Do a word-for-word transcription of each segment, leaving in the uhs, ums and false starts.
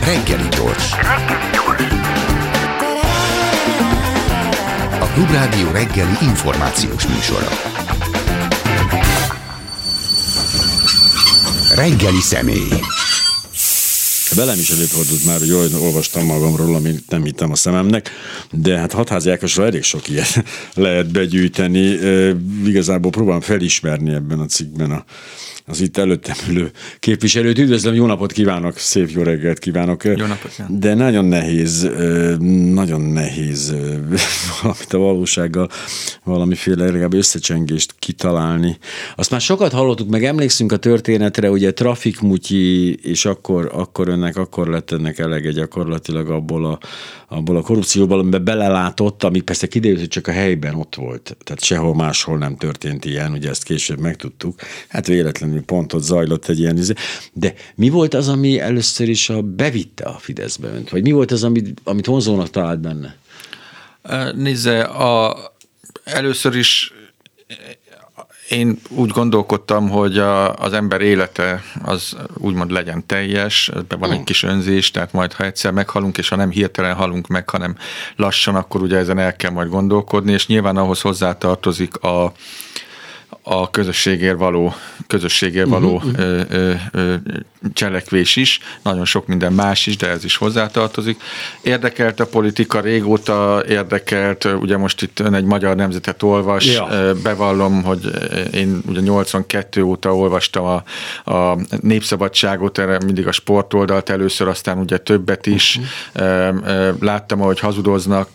Reggeli gyors. A Klubrádió reggeli információs műsora. Reggeli személy. Velem is előfordult már, hogy olyan olvastam magamról, amit nem hittem a szememnek, de hát Hatházi Ákosról elég sok ilyet lehet begyűjteni. E, igazából próbálom felismerni ebben a cikkben a, az itt előttem ülő képviselőt. Üdvözlöm, jó napot kívánok, szép jó reggelt kívánok. Jó napot. De nagyon nehéz, nagyon nehéz valamit a valósággal, valamiféle legalább összecsengést kitalálni. Azt már sokat hallottuk, meg emlékszünk a történetre, ugye trafikmutyi, és akkor, akkor önnek, akkor lett ennek elege gyakorlatilag abból a, abból a korrupcióból, amiben belelátott, ami persze kiderült, hogy csak a helyben ott volt. Tehát sehol máshol nem történt ilyen, ugye ezt később megtudtuk. Hát véletlenül pont ott zajlott egy ilyen, de mi volt az, ami először is a, bevitte a Fideszbe önt? Vagy mi volt az, amit, amit vonzónak talált benne? Nézze, a, először is én úgy gondolkodtam, hogy a, az ember élete az úgymond legyen teljes, ebben van egy kis önzés, tehát majd ha egyszer meghalunk, és ha nem hirtelen halunk meg, hanem lassan, akkor ugye ezen el kell majd gondolkodni, és nyilván ahhoz hozzátartozik a a közösségért való, közösségért való uh-huh. ö, ö, ö, cselekvés is, nagyon sok minden más is, de ez is hozzátartozik. Érdekelt a politika, régóta érdekelt, ugye most itt ön egy Magyar Nemzetet olvas, ja. Bevallom, hogy én ugye nyolcvankettő óta olvastam a, a Népszabadságot, erre mindig a sportoldalt először, aztán ugye többet is. Uh-huh. Láttam, ahogy hazudoznak,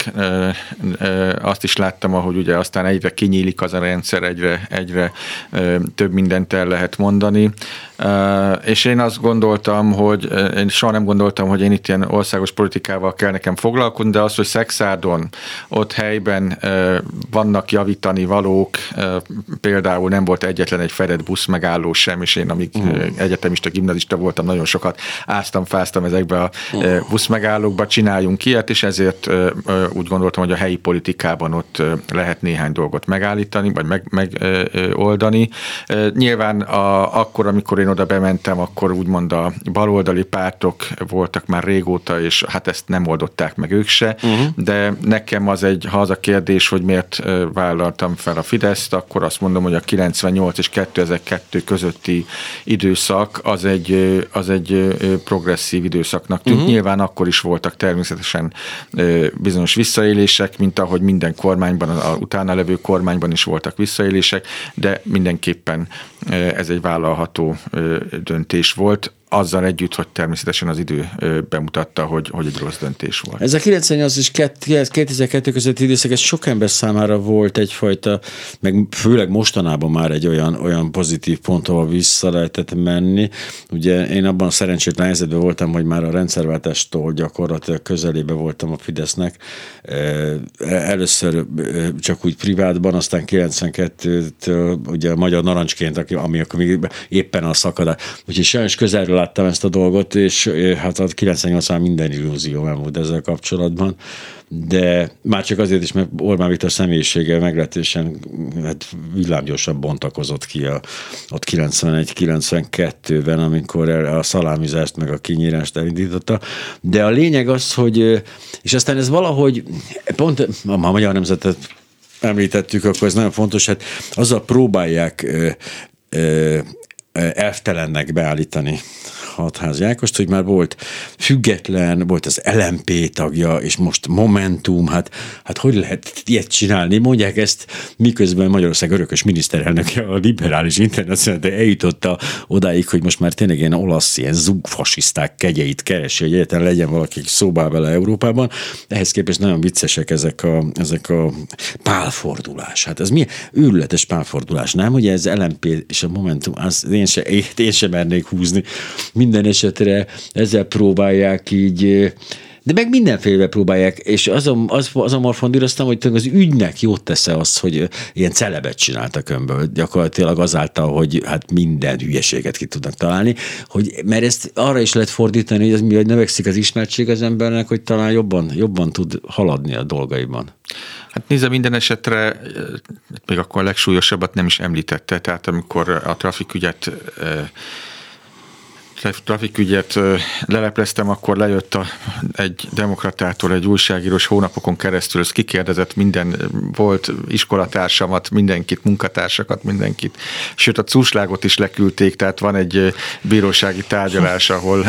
azt is láttam, ahogy ugye aztán egyre kinyílik az a rendszer, egyre, egyre több mindent el lehet mondani. És én azt gondoltam, hogy én soha nem gondoltam, hogy én itt ilyen országos politikával kell nekem foglalkozni, de az, hogy Szekszádon, ott helyben vannak javítani valók, például nem volt egyetlen egy fedett busz megálló sem, és én amíg mm. egyetemista, gimnazista voltam, nagyon sokat áztam, fáztam ezekbe a mm. busz megállókba, csináljunk ilyet, és ezért úgy gondoltam, hogy a helyi politikában ott lehet néhány dolgot megállítani, vagy meg, megoldani. Nyilván a, akkor, amikor én oda bementem, akkor úgymond a baloldali pártok voltak már régóta, és hát ezt nem oldották meg ők se, uh-huh. de nekem az egy, ha az a kérdés, hogy miért vállaltam fel a Fideszt, akkor azt mondom, hogy a kilencvennyolc és kétezer-kettő közötti időszak az egy, az egy progresszív időszaknak tűnt. Uh-huh. Nyilván akkor is voltak természetesen bizonyos visszaélések, mint ahogy minden kormányban, a utána levő kormányban is voltak visszaélések, de mindenképpen ez egy vállalható döntés volt, azzal együtt, hogy természetesen az idő bemutatta, hogy, hogy egy rossz döntés volt. Ez a kilencvennyolc és kétezer-kettő közötti időszak, ez sok ember számára volt egyfajta, meg főleg mostanában már egy olyan, olyan pozitív pont, ahol vissza lehetett menni. Ugye én abban a szerencsétlen helyzetben voltam, hogy már a rendszerváltástól gyakorlatilag közelébe voltam a Fidesznek. Először csak úgy privátban, aztán kilencvenkettőtől ugye a Magyar Narancsként, ami akkor még éppen a szakadás. Úgyhogy sajnos közelről láttam ezt a dolgot, és hát a kilencvennyolcban minden illúzió nem volt ezzel kapcsolatban, de már csak azért is, mert Orbán Viktor személyisége meglehetősen hát villámgyorsan bontakozott ki a, ott kilencvenegy kilencvenkettőben, amikor a szalámizást meg a kinyírást elindította. De a lényeg az, hogy, és aztán ez valahogy, pont a Magyar Nemzetet említettük, akkor ez nagyon fontos, hát azzal próbálják ö, ö, elvtelennek beállítani Hatházi Ákost, hogy már volt független, volt az el em pé tagja, és most Momentum, hát, hát hogy lehet ilyet csinálni? Mondják ezt, miközben Magyarország örökös miniszterelnöke a liberális internacionál, de eljutotta odáig, hogy most már tényleg ilyen olasz, ilyen zugfasiszták kegyeit keresi, hogy egyáltalán legyen valaki szóbá vele Európában. Ehhez képest nagyon viccesek ezek a, ezek a pálfordulás. Hát ez milyen őrületes pálfordulás, nem? Ugye ez el em pé és a Momentum, az én sem én se mernék húzni. Minden esetre ezzel próbálják így, de meg mindenféle próbálják, és azon, az, azon morfondíroztam, hogy az ügynek jót tesz-e az, hogy ilyen celebet csináltak önből, gyakorlatilag azáltal, hogy hát minden hülyeséget ki tudnak találni, hogy, mert ezt arra is lehet fordítani, hogy ez mi, hogy növekszik az ismertség az embernek, hogy talán jobban, jobban tud haladni a dolgaiban. Hát nézze, minden esetre még akkor a legsúlyosabbat nem is említette, tehát amikor a trafikügyet trafikügyet lelepleztem, akkor lejött a, egy demokratától egy újságírós hónapokon keresztül, ez kikérdezett minden, volt iskolatársamat, mindenkit, munkatársakat, mindenkit. Sőt, a Cúslágot is leküldték, tehát van egy bírósági tárgyalás, ahol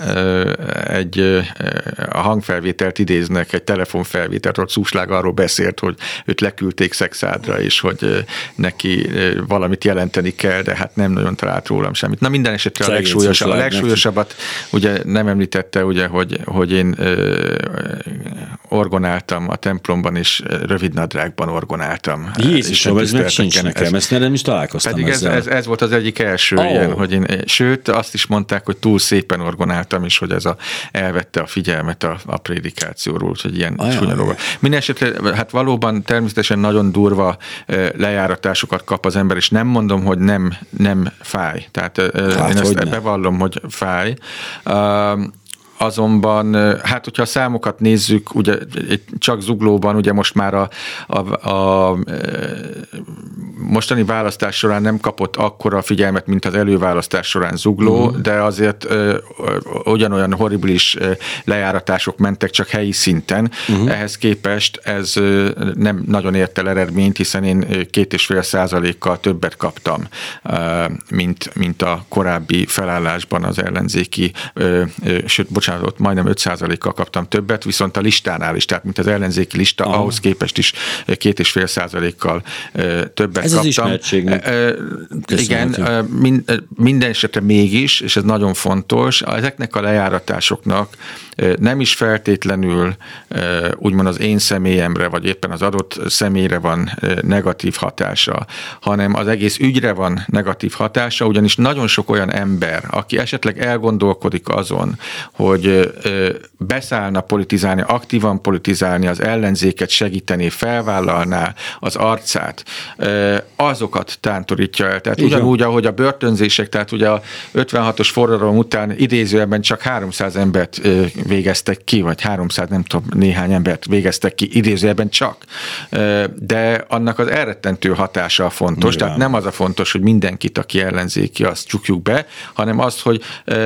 egy a hangfelvételt idéznek, egy telefonfelvételt, ott Cúslág arról beszélt, hogy őt leküldték Szexádra, és hogy neki valamit jelenteni kell, de hát nem nagyon talált rólam semmit. Na minden esetre a legsúlyosabb, a legsúlyosabbat ugye nem említette, ugye, hogy, hogy én ö, orgonáltam a templomban, és rövidnadrágban orgonáltam. Jézusom, ez meg sincs nekem, ezt nem is találkoztam pedig ezzel. Ez, ez, ez volt az egyik első oh. ilyen, hogy én, sőt, azt is mondták, hogy túl szépen orgonáltam, és hogy ez a, elvette a figyelmet a, a prédikációról, úgyhogy ilyen csúnyalóval. Minden esetre, hát valóban természetesen nagyon durva lejáratásokat kap az ember, és nem mondom, hogy nem, nem fáj. Tehát hát, én ezt ne. bevallom, hogy fáj. Uh, Azonban, hát hogyha a számokat nézzük, ugye csak Zuglóban, ugye most már a, a, a mostani választás során nem kapott akkora figyelmet, mint az előválasztás során Zugló, uh-huh. de azért ö, ö, ugyanolyan horribilis lejáratások mentek, csak helyi szinten. Uh-huh. Ehhez képest ez ö, nem nagyon ért el eredményt, hiszen én két és fél százalékkal többet kaptam, ö, mint, mint a korábbi felállásban az ellenzéki, ö, ö, sőt, bocsánat, ott majdnem öt százalékkal kaptam többet, viszont a listánál is, tehát mint az ellenzéki lista, ah. ahhoz képest is két és fél százalékkal többet ez kaptam. Az ismertségnek. Igen, mind, minden esetre mégis, és ez nagyon fontos, ezeknek a lejáratásoknak nem is feltétlenül úgymond az én személyemre, vagy éppen az adott személyre van negatív hatása, hanem az egész ügyre van negatív hatása, ugyanis nagyon sok olyan ember, aki esetleg elgondolkodik azon, hogy beszállna politizálni, aktívan politizálni, az ellenzéket segíteni, felvállalná az arcát, azokat tántorítja el. Tehát igen. Ugyanúgy, ahogy a börtönzések, tehát ugye a ötvenhatos forradalom után idézőjelben csak háromszáz embert végeztek ki, vagy háromszáz, nem tudom, néhány embert végeztek ki, idézőjelben csak. De annak az elrettentő hatása fontos, igen. Tehát nem az a fontos, hogy mindenkit, aki ellenzéki, azt csukjuk be, hanem az, hogy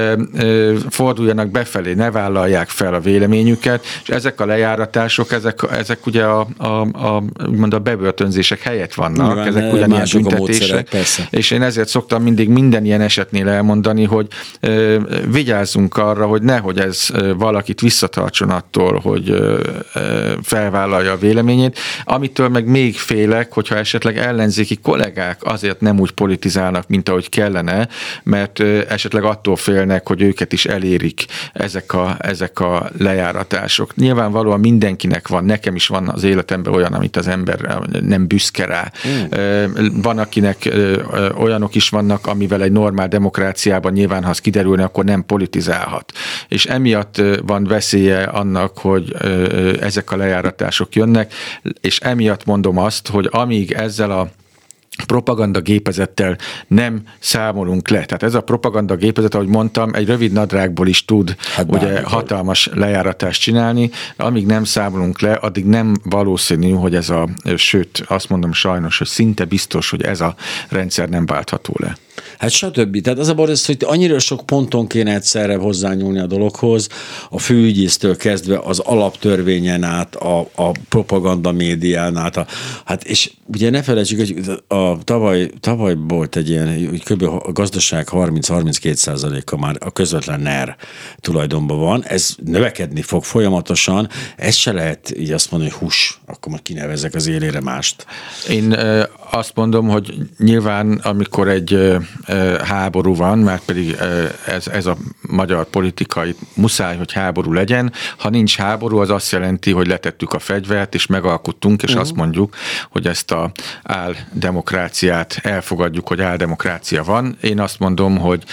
forduljanak befelé, ne vállalják fel a véleményüket, és ezek a lejáratások, ezek, ezek ugye a, a, a, a bebörtönzések helyett vannak, igen, ezek ugyanilyen büntetések, és én ezért szoktam mindig minden ilyen esetnél elmondani, hogy ö, vigyázzunk arra, hogy nehogy ez ö, valakit visszatartson attól, hogy ö, ö, felvállalja a véleményét, amitől meg még félek, hogyha esetleg ellenzéki kollégák azért nem úgy politizálnak, mint ahogy kellene, mert ö, esetleg attól félnek, hogy őket is elérik ezek a, ezek a lejáratások. Nyilvánvalóan mindenkinek van, nekem is van az életemben olyan, amit az ember nem büszke rá. Mm. Van, akinek olyanok is vannak, amivel egy normál demokráciában nyilván, ha az kiderülne, akkor nem politizálhat. És emiatt van veszélye annak, hogy ezek a lejáratások jönnek, és emiatt mondom azt, hogy amíg ezzel a propaganda gépezettel nem számolunk le. Tehát ez a propaganda gépezet, ahogy mondtam, egy rövid nadrágból is tud hát ugye hatalmas lejáratást csinálni. Amíg nem számolunk le, addig nem valószínű, hogy ez a, sőt, azt mondom sajnos, hogy szinte biztos, hogy ez a rendszer nem váltható le. Hát stb. Tehát az a baj, hogy annyira sok ponton kéne egyszerre hozzányúlni a dologhoz, a főügyésztől kezdve az alaptörvényen át, a, a propaganda médián át. A, hát és ugye ne felejtsük, hogy a tavaly, tavaly volt egy ilyen, kb. A gazdaság harminc-harminckét százaléka már a közvetlen en e er tulajdonban van, ez növekedni fog folyamatosan, ez se lehet így azt mondani, hogy hús, akkor majd kinevezek az élére mást. Én ö, azt mondom, hogy nyilván amikor egy ö, háború van, mert pedig ez, ez a magyar politikai muszáj, hogy háború legyen. Ha nincs háború, az azt jelenti, hogy letettük a fegyvert, és megalkottunk, és uh-huh. azt mondjuk, hogy ezt a áldemokráciát elfogadjuk, hogy áldemokrácia van. Én azt mondom, hogy,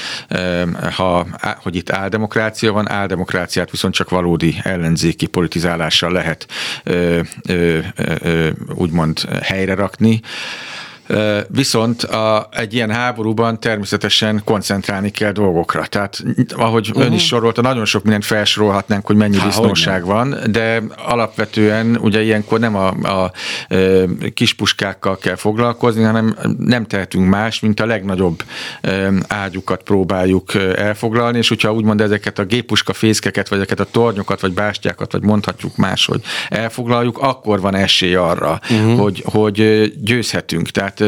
ha, hogy itt áldemokrácia van, áldemokráciát viszont csak valódi ellenzéki politizálással lehet úgymond helyre rakni. Viszont a, egy ilyen háborúban természetesen koncentrálni kell dolgokra. Tehát ahogy uh-huh. ön is sorolta, nagyon sok mindent felsorolhatnánk, hogy mennyi Há, disznóság van, de alapvetően ugye ilyenkor nem a, a, a kispuskákkal kell foglalkozni, hanem nem tehetünk más, mint a legnagyobb ágyukat próbáljuk elfoglalni, és hogyha úgymond ezeket a géppuska fészkeket, vagy ezeket a tornyokat, vagy bástyákat, vagy mondhatjuk máshogy elfoglaljuk, akkor van esély arra, uh-huh. hogy, hogy győzhetünk. Tehát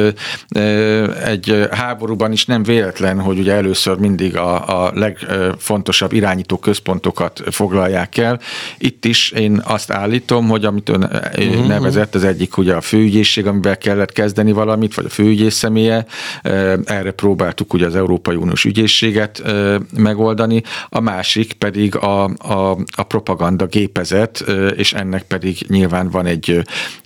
egy háborúban is nem véletlen, hogy ugye először mindig a, a legfontosabb irányító központokat foglalják el. Itt is én azt állítom, hogy amit ön uh-huh. nevezett, az egyik ugye a főügyészség, amivel kellett kezdeni valamit, vagy a főügyész személye, erre próbáltuk ugye az Európai Uniós ügyészséget megoldani, a másik pedig a, a, a propaganda gépezet, és ennek pedig nyilván van egy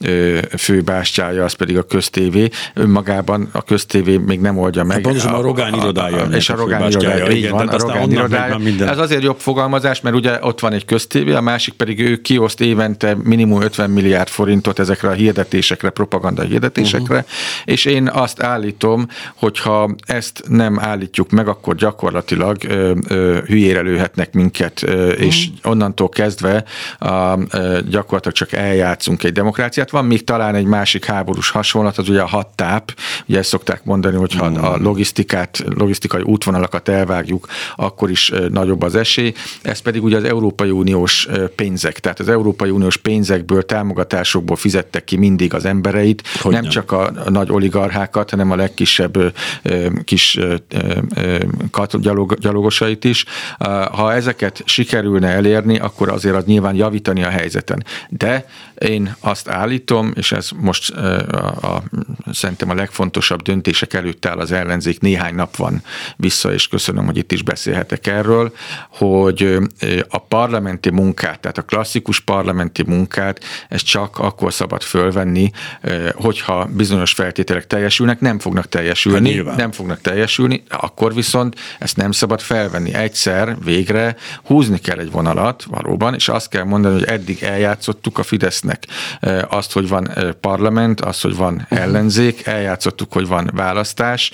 főbástyája, az pedig a köztévé. Önmagában a köztévé még nem oldja meg. Hát pontosan a Rogán irodája. A, a, és a Rogán irodája, így van, a Rogán irodája. Ez azért jobb fogalmazás, mert ugye ott van egy köztévé, a másik pedig ő kioszt évente minimum ötven milliárd forintot ezekre a hirdetésekre, propaganda hirdetésekre, uh-huh. és én azt állítom, hogyha ezt nem állítjuk meg, akkor gyakorlatilag ö, ö, hülyére lőhetnek minket, ö, uh-huh. és onnantól kezdve a, ö, gyakorlatilag csak eljátszunk egy demokráciát. Van még talán egy másik háborús hasonlat, az ugye a hat táp, ugye ezt szokták mondani, hogy ha uh-huh. a logisztikát, logisztikai útvonalakat elvágjuk, akkor is ö, nagyobb az esély. Ez pedig ugye az Európai Uniós ö, pénzek, tehát az Európai Uniós pénzekből, támogatásokból fizettek ki mindig az embereit, hogy nem, nem csak a, a nagy oligarchákat, hanem a legkisebb ö, ö, kis ö, ö, kat, gyalog, gyalogosait is. Ha ezeket sikerülne elérni, akkor azért az nyilván javítani a helyzeten. De én azt állítom, és ez most a, a, szerintem a legfontosabb döntések előtt áll az ellenzék, néhány nap van vissza, és köszönöm, hogy itt is beszélhetek erről, hogy a parlamenti munkát, tehát a klasszikus parlamenti munkát, ez csak akkor szabad fölvenni, hogyha bizonyos feltételek teljesülnek, nem fognak teljesülni, hát nem fognak teljesülni, akkor viszont ezt nem szabad felvenni. Egyszer, végre húzni kell egy vonalat valóban, és azt kell mondani, hogy eddig eljátszottuk a Fidesznek azt, hogy van parlament, azt, hogy van ellenzék, eljátszottuk, hogy van választás,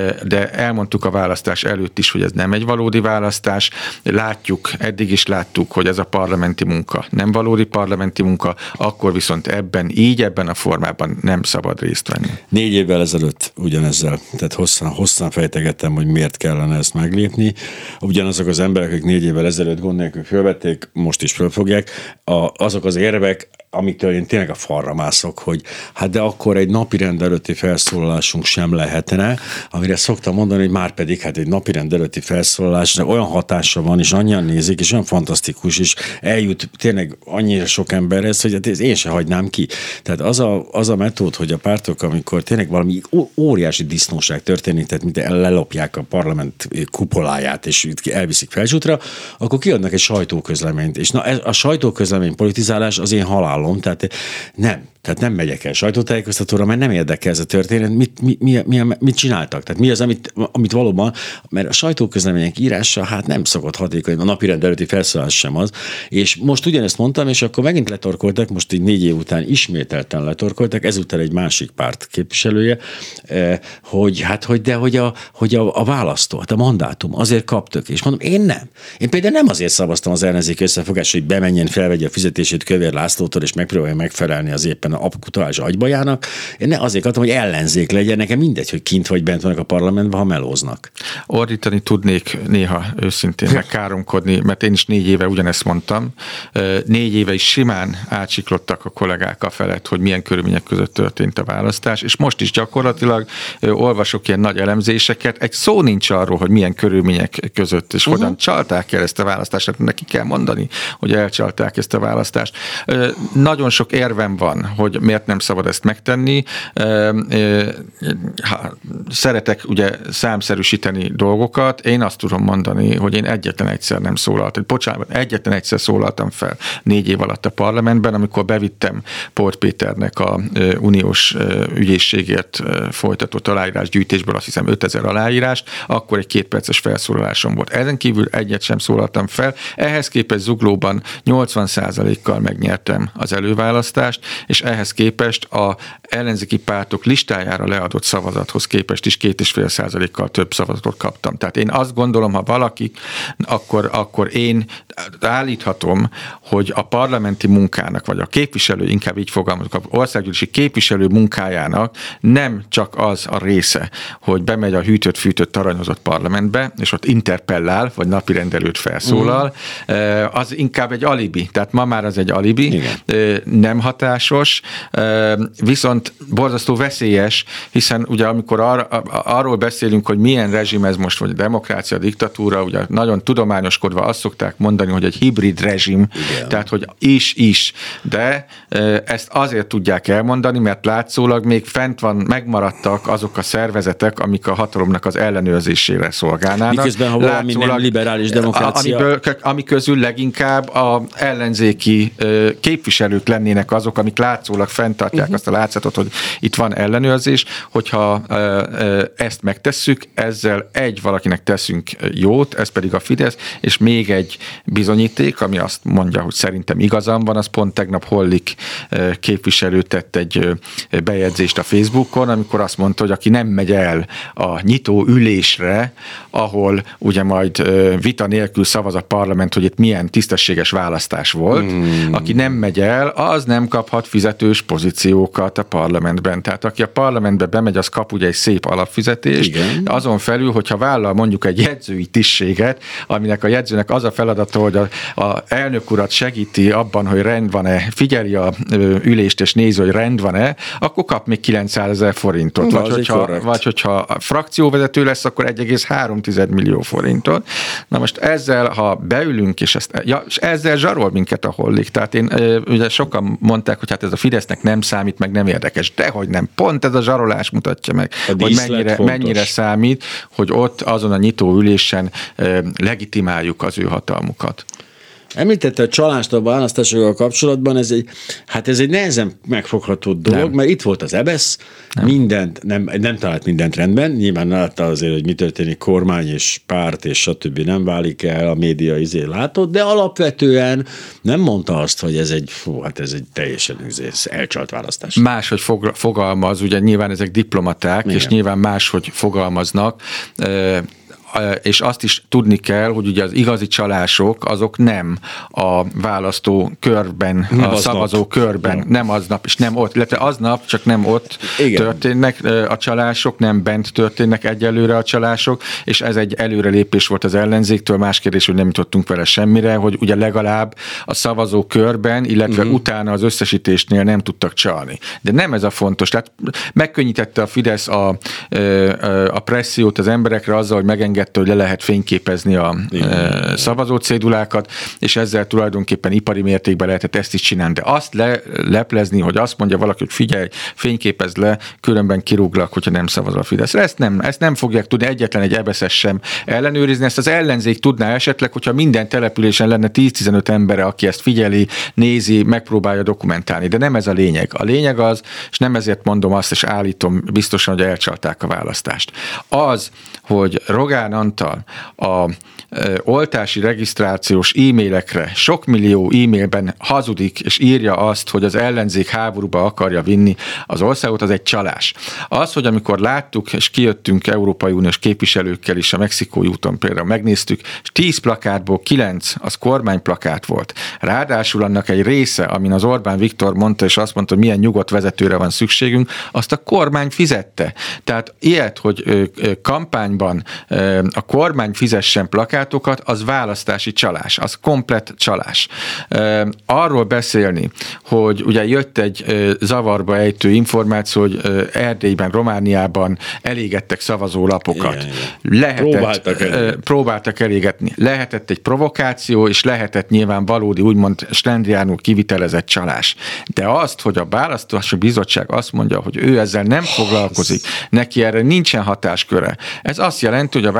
de elmondtuk a választás előtt is, hogy ez nem egy valódi választás. Látjuk, eddig is láttuk, hogy ez a parlamenti munka nem valódi parlamenti munka, akkor viszont ebben, így ebben a formában nem szabad részt venni. Négy évvel ezelőtt ugyanezzel, tehát hosszan, hosszan fejtegettem, hogy miért kellene ezt meglépni. Ugyanazok az emberek, akik négy évvel ezelőtt gond nélkül fölvették, most is fölfogják, a, azok az érvek, amiktől én tényleg a falra mászok, hogy hát de akkor egy napirend előtti felszólalásunk sem lehetne, amire szoktam mondani, hogy már pedig hát egy napirend előtti felszólalásnak olyan hatása van, és annyian nézik, és olyan fantasztikus, és eljut tényleg annyira sok emberhez, hogy hát én se hagynám ki. Tehát az a, az a metód, hogy a pártok, amikor tényleg valami óriási disznóság történik, tehát mint lelopják a parlament kupoláját, és elviszik Felsútra, akkor kiadnak egy sajtóközleményt. És na, a sajtóközlemény politizálás az én halálom, tehát nem. Tehát nem megyek el sajtótájékoztatóra, mert nem érdekel ez a történet, mit, mi, mi, mi, mit csináltak. Tehát mi az, amit, amit valóban, mert a sajtóközlemények írása hát nem szokott hatékony, a napirend előtti felszólás sem az. És most ugyanezt mondtam, és akkor megint letorkoltak, most így négy év után ismételten letorkoltak, ezúttal egy másik párt képviselője, hogy hát, hogy de, hogy a, hogy a, a választó, hát a mandátum, azért kaptak. És mondom, én nem. Én például nem azért szavaztam az ellenzéki összefogás, hogy bemenjen, felvegye a fizetését Kövér Lászlótól, és megpróbálja megfelelni az éppen aktuális agybajának. Én ne azért adtam, hogy ellenzék legyen, nekem mindegy, hogy kint vagy bent vannak a parlamentben, ha melóznak. Ordítani tudnék néha őszintén megkáromkodni, mert én is négy éve ugyanezt mondtam. Négy éve is simán átsiklottak a kollégák a felett, hogy milyen körülmények között történt a választás, és most is gyakorlatilag olvasok ilyen nagy elemzéseket, egy szó nincs arról, hogy milyen körülmények között, és uh-huh. hogyan csalták el ezt a választást, neki kell mondani, hogy elcsalták ezt a választást. Nagyon sok érvem van, hogy miért nem szabad ezt megtenni. Szeretek ugye számszerűsíteni dolgokat, én azt tudom mondani, hogy én egyetlen egyszer nem szólaltam, bocsánat, egyetlen egyszer szólaltam fel négy év alatt a parlamentben, amikor bevittem Polt Péternek a uniós ügyészségért folytatott aláírásgyűjtésből azt hiszem ötezer aláírást, akkor egy kétperces felszólalásom volt. Ezen kívül egyet sem szólaltam fel. Ehhez képest Zuglóban nyolcvan százalékkal megnyertem az előválasztást, és ehhez képest a ellenzéki pártok listájára leadott szavazathoz képest is két és fél százalékkal több szavazatot kaptam. Tehát én azt gondolom, ha valaki, akkor, akkor én állíthatom, hogy a parlamenti munkának, vagy a képviselő, inkább így fogalmazok, a országgyűlési képviselő munkájának nem csak az a része, hogy bemegy a hűtött-fűtött aranyozott parlamentbe, és ott interpellál, vagy napirendelőt felszólal, mm. az inkább egy alibi. Tehát ma már az egy alibi, igen. Nem hatásos, viszont borzasztó veszélyes, hiszen ugye amikor ar- arról beszélünk, hogy milyen rezsim ez most, vagy a demokrácia, a diktatúra, ugye nagyon tudományoskodva azt szokták mondani, hogy egy hibrid rezsim, igen. Tehát, hogy is-is, de ezt azért tudják elmondani, mert látszólag még fent van, megmaradtak azok a szervezetek, amik a hatalomnak az ellenőrzésére szolgálnának. Miközben, ha valami nem liberális demokrácia. Amiből, ami közül leginkább a ellenzéki képviselők lennének azok, amik látszólag fenntartják uh-huh. azt a látszatot, hogy itt van ellenőrzés, hogyha ezt megtesszük, ezzel egy valakinek teszünk jót, ez pedig a Fidesz, és még egy bizonyíték, ami azt mondja, hogy szerintem igazam van, az pont tegnap Hollik képviselő tett egy bejegyzést a Facebookon, amikor azt mondta, hogy aki nem megy el a nyitó ülésre, ahol ugye majd vita nélkül szavaz a parlament, hogy itt milyen tisztességes választás volt, hmm. aki nem megy el, az nem kaphat fizetős pozíciókat a parlamentben. Tehát aki a parlamentbe bemegy, az kap ugye egy szép alapfizetést. Igen. Azon felül, hogyha vállal mondjuk egy jegyzői tisztséget, aminek a jegyzőnek az a feladata, hogy a, a elnök urat segíti abban, hogy rend van-e, figyeli a ülést és nézi, hogy rend van-e, akkor kap még kilencszázezer forintot. Vagy hogyha, vagy hogyha a frakcióvezető lesz, akkor egy egész három millió forintot. Na most ezzel, ha beülünk, és, ezt, ja, és ezzel zsarol minket a Hollik. Tehát én, ugye sokan mondták, hogy hát ez a Fidesznek nem számít, meg nem érdekes. Dehogy nem. Pont ez a zsarolás mutatja meg, hogy mennyire, mennyire számít, hogy ott azon a nyitó ülésen legitimáljuk az ő hatalmukat. Említette a csalást a választásokkal kapcsolatban, ez egy, hát ez egy nehezen megfogható dolog, nem. Mert itt volt az EBESZ, nem. mindent, nem, nem talált mindent rendben, nyilván látta azért, hogy mi történik, kormány és párt és stb. Nem válik el, a média izé látott, de alapvetően nem mondta azt, hogy ez egy, fú, hát ez egy teljesen elcsalt választás. Máshogy fogalmaz, ugye nyilván ezek diplomaták, igen. És nyilván máshogy fogalmaznak, és azt is tudni kell, hogy ugye az igazi csalások azok nem a választó körben, nem a szavazó nap. körben, ja. nem aznap, és nem ott, illetve aznap, csak nem ott igen. történnek a csalások, nem bent történnek egyelőre a csalások, és ez egy előrelépés volt az ellenzéktől, más kérdés, hogy nem jutottunk vele semmire, hogy ugye legalább a szavazó körben, illetve uh-huh. utána az összesítésnél nem tudtak csalni. De nem ez a fontos, tehát megkönnyítette a Fidesz a, a pressziót az emberekre azzal, hogy megengedte, hogy le lehet fényképezni a igen. szavazócédulákat, és ezzel tulajdonképpen ipari mértékben lehetett ezt is csinálni. De azt le, leplezni, hogy azt mondja valaki, hogy figyelj, fényképezd le, különben kirúglak, hogyha nem szavazol a Fideszre. Ezt nem, ezt nem fogják tudni egyetlen egy ebeszes sem ellenőrizni. Ezt az ellenzék tudná esetleg, hogyha minden településen lenne tíz-tizenöt embere, aki ezt figyeli, nézi, megpróbálja dokumentálni. De nem ez a lényeg. A lényeg az, és nem ezért mondom azt, és állítom biztosan, hogy elcsalták a választást. Az, hogy Rogán Antal a oltási regisztrációs e-mailekre sok millió e-mailben hazudik, és írja azt, hogy az ellenzék háborúba akarja vinni az országot, az egy csalás. Az, hogy amikor láttuk, és kijöttünk Európai Uniós képviselőkkel is a Mexikói úton például megnéztük, és tíz plakátból kilenc az kormányplakát volt. Ráadásul annak egy része, amin az Orbán Viktor mondta, és azt mondta, hogy milyen nyugodt vezetőre van szükségünk, azt a kormány fizette. Tehát ilyet, hogy kampányban a kormány fizessen plakátokat, az választási csalás, az komplett csalás. Arról beszélni, hogy ugye jött egy zavarba ejtő információ, hogy Erdélyben, Romániában elégettek szavazólapokat. Igen, igen. Lehetett, próbáltak, elégetni. próbáltak elégetni. Lehetett egy provokáció, és lehetett nyilván valódi, úgymond slendriánul kivitelezett csalás. De azt, hogy a választási bizottság azt mondja, hogy ő ezzel nem foglalkozik, neki erre nincsen hatásköre. Ez azt jelenti, hogy a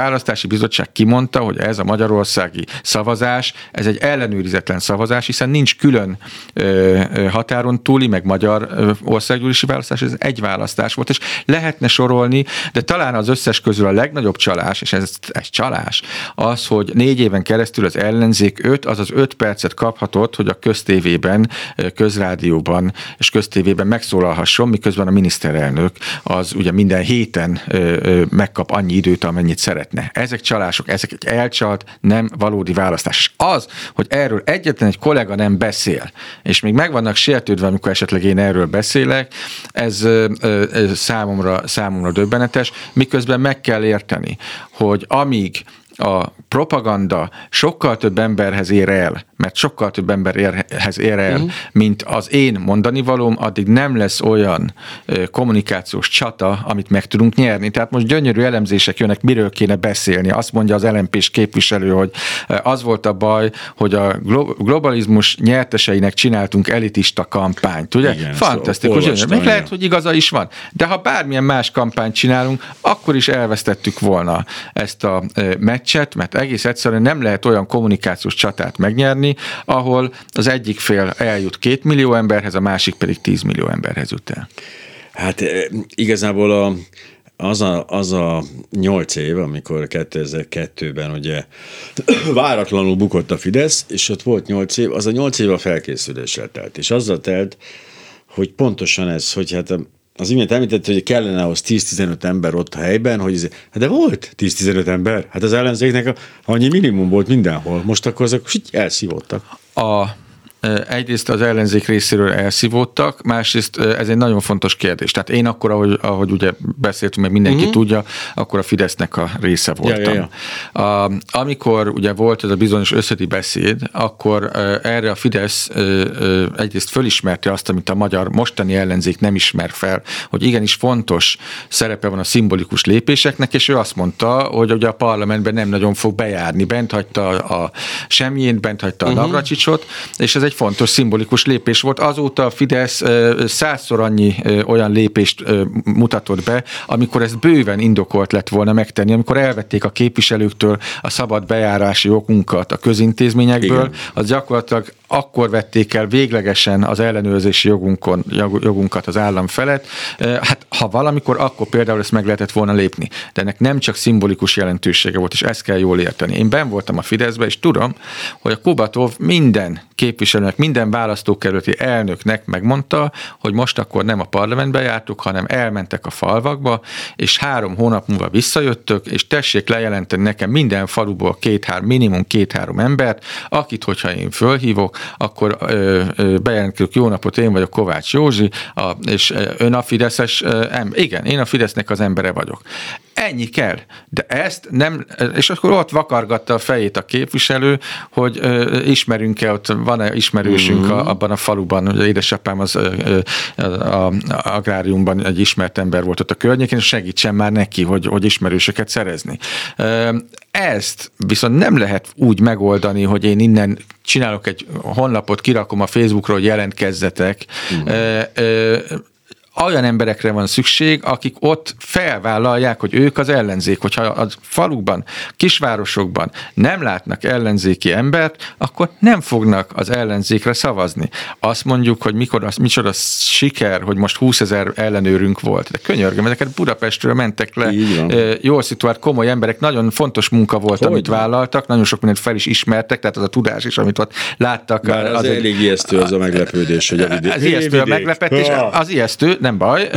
Választási Bizottság kimondta, hogy ez a magyarországi szavazás, ez egy ellenőrizetlen szavazás, hiszen nincs külön ö, határon túli, meg magyar ö, országgyűlési választás, ez egy választás volt, és lehetne sorolni, de talán az összes közül a legnagyobb csalás, és ez egy csalás, az, hogy négy éven keresztül az ellenzék öt, azaz öt percet kaphatott, hogy a köztévében, közrádióban és köztévében megszólalhasson, miközben a miniszterelnök az ugye minden héten megkap annyi időt, amennyit szeretne. Ezek csalások, ezek egy elcsalt, nem valódi választás. És az, hogy erről egyetlen egy kollega nem beszél, és még meg vannak sértődve, amikor esetleg én erről beszélek, ez, ez számomra, számomra döbbenetes, miközben meg kell érteni, hogy amíg a propaganda sokkal több emberhez ér el, mert sokkal több emberhez ér el, uh-huh. mint az én mondani valóm, addig nem lesz olyan kommunikációs csata, amit meg tudunk nyerni. Tehát most gyönyörű elemzések jönnek, miről kéne beszélni. Azt mondja az el em pés képviselő, hogy az volt a baj, hogy a globalizmus nyerteseinek csináltunk elitista kampányt. Ugye? Igen, fantasztikus. Szóval még lehet, hogy igaza is van. De ha bármilyen más kampányt csinálunk, akkor is elvesztettük volna ezt a meccset, mert egész egyszerűen nem lehet olyan kommunikációs csatát megnyerni, ahol az egyik fél eljut két millió emberhez, a másik pedig tíz millió emberhez jut el. Hát igazából a, az, a, az a nyolc év, amikor kétezer-kettőben ugye váratlanul bukott a Fidesz, és ott volt nyolc év, az a nyolc év a felkészüléssel telt. És azzal telt, hogy pontosan ez, hogy hát az imént említett, hogy kellene ahhoz tíz-tizenöt ember ott a helyben, hogy ez, de volt tíz-tizenöt ember, hát az ellenzéknek annyi minimum volt mindenhol, most akkor azok elszívódtak. A Egyrészt az ellenzék részéről elszívódtak, másrészt ez egy nagyon fontos kérdés. Tehát én akkor, ahogy, ahogy ugye beszéltünk, meg mindenki uh-huh. tudja, akkor a Fidesznek a része voltam. Ja, ja, ja. A, amikor ugye volt ez a bizonyos összödi beszéd, akkor erre a Fidesz egyrészt fölismerte azt, amit a magyar mostani ellenzék nem ismer fel, hogy igenis fontos szerepe van a szimbolikus lépéseknek, és ő azt mondta, hogy ugye a parlamentben nem nagyon fog bejárni. Bent hagyta a Semjént, bent hagyta a uh-huh. Navracsicsot, és ez egy fontos szimbolikus lépés volt. Azóta a Fidesz százszor annyi olyan lépést mutatott be, amikor ez bőven indokolt lett volna megtenni, amikor elvették a képviselőktől a szabad bejárási jogunkat a közintézményekből, igen. Az gyakorlatilag akkor vették el véglegesen az ellenőrzési jogunkon, jogunkat az állam felett. Hát ha valamikor, akkor például ezt meg lehetett volna lépni. De ennek nem csak szimbolikus jelentősége volt, és ezt kell jól érteni. Én benn voltam a Fideszben, és tudom, hogy a Kubatov minden képviselőnek, minden választókerületi elnöknek megmondta, hogy most akkor nem a parlamentbe jártuk, hanem elmentek a falvakba, és három hónap múlva visszajöttök, és tessék lejelenteni nekem minden faluból két-három, minimum két-három embert, akit, hogyha én fölhívok, akkor bejelentkezünk, jó napot, én vagyok Kovács Józsi, a, és ön a fideszes ember. Igen, én a Fidesznek az embere vagyok. Ennyi kell. De ezt nem, és akkor ott vakargatta a fejét a képviselő, hogy ö, ismerünk-e, ott van-e ismerősünk mm-hmm. a, abban a faluban, hogy édesapám az ö, ö, a, a agráriumban egy ismert ember volt ott a környékén, és segítsen már neki, hogy, hogy ismerősöket szerezni. Ö, ezt viszont nem lehet úgy megoldani, hogy én innen csinálok egy honlapot, kirakom a Facebookról, hogy jelentkezzetek. Mm. Ö, ö, olyan emberekre van szükség, akik ott felvállalják, hogy ők az ellenzék. Hogyha a falukban, kisvárosokban nem látnak ellenzéki embert, akkor nem fognak az ellenzékre szavazni. Azt mondjuk, hogy mikor az, micsoda siker, hogy most húszezer ellenőrünk volt. De könyörgöm, ezeket Budapestről mentek le jól szituált, komoly emberek, nagyon fontos munka volt, hogy amit vállaltak, nagyon sok mindent fel is ismertek, tehát az a tudás is, amit ott láttak. Bár az, az elég egy, ijesztő az a meglepődés, hogy a vidék. Az ijesztő a meglepetés, az ijesztő, nem baj,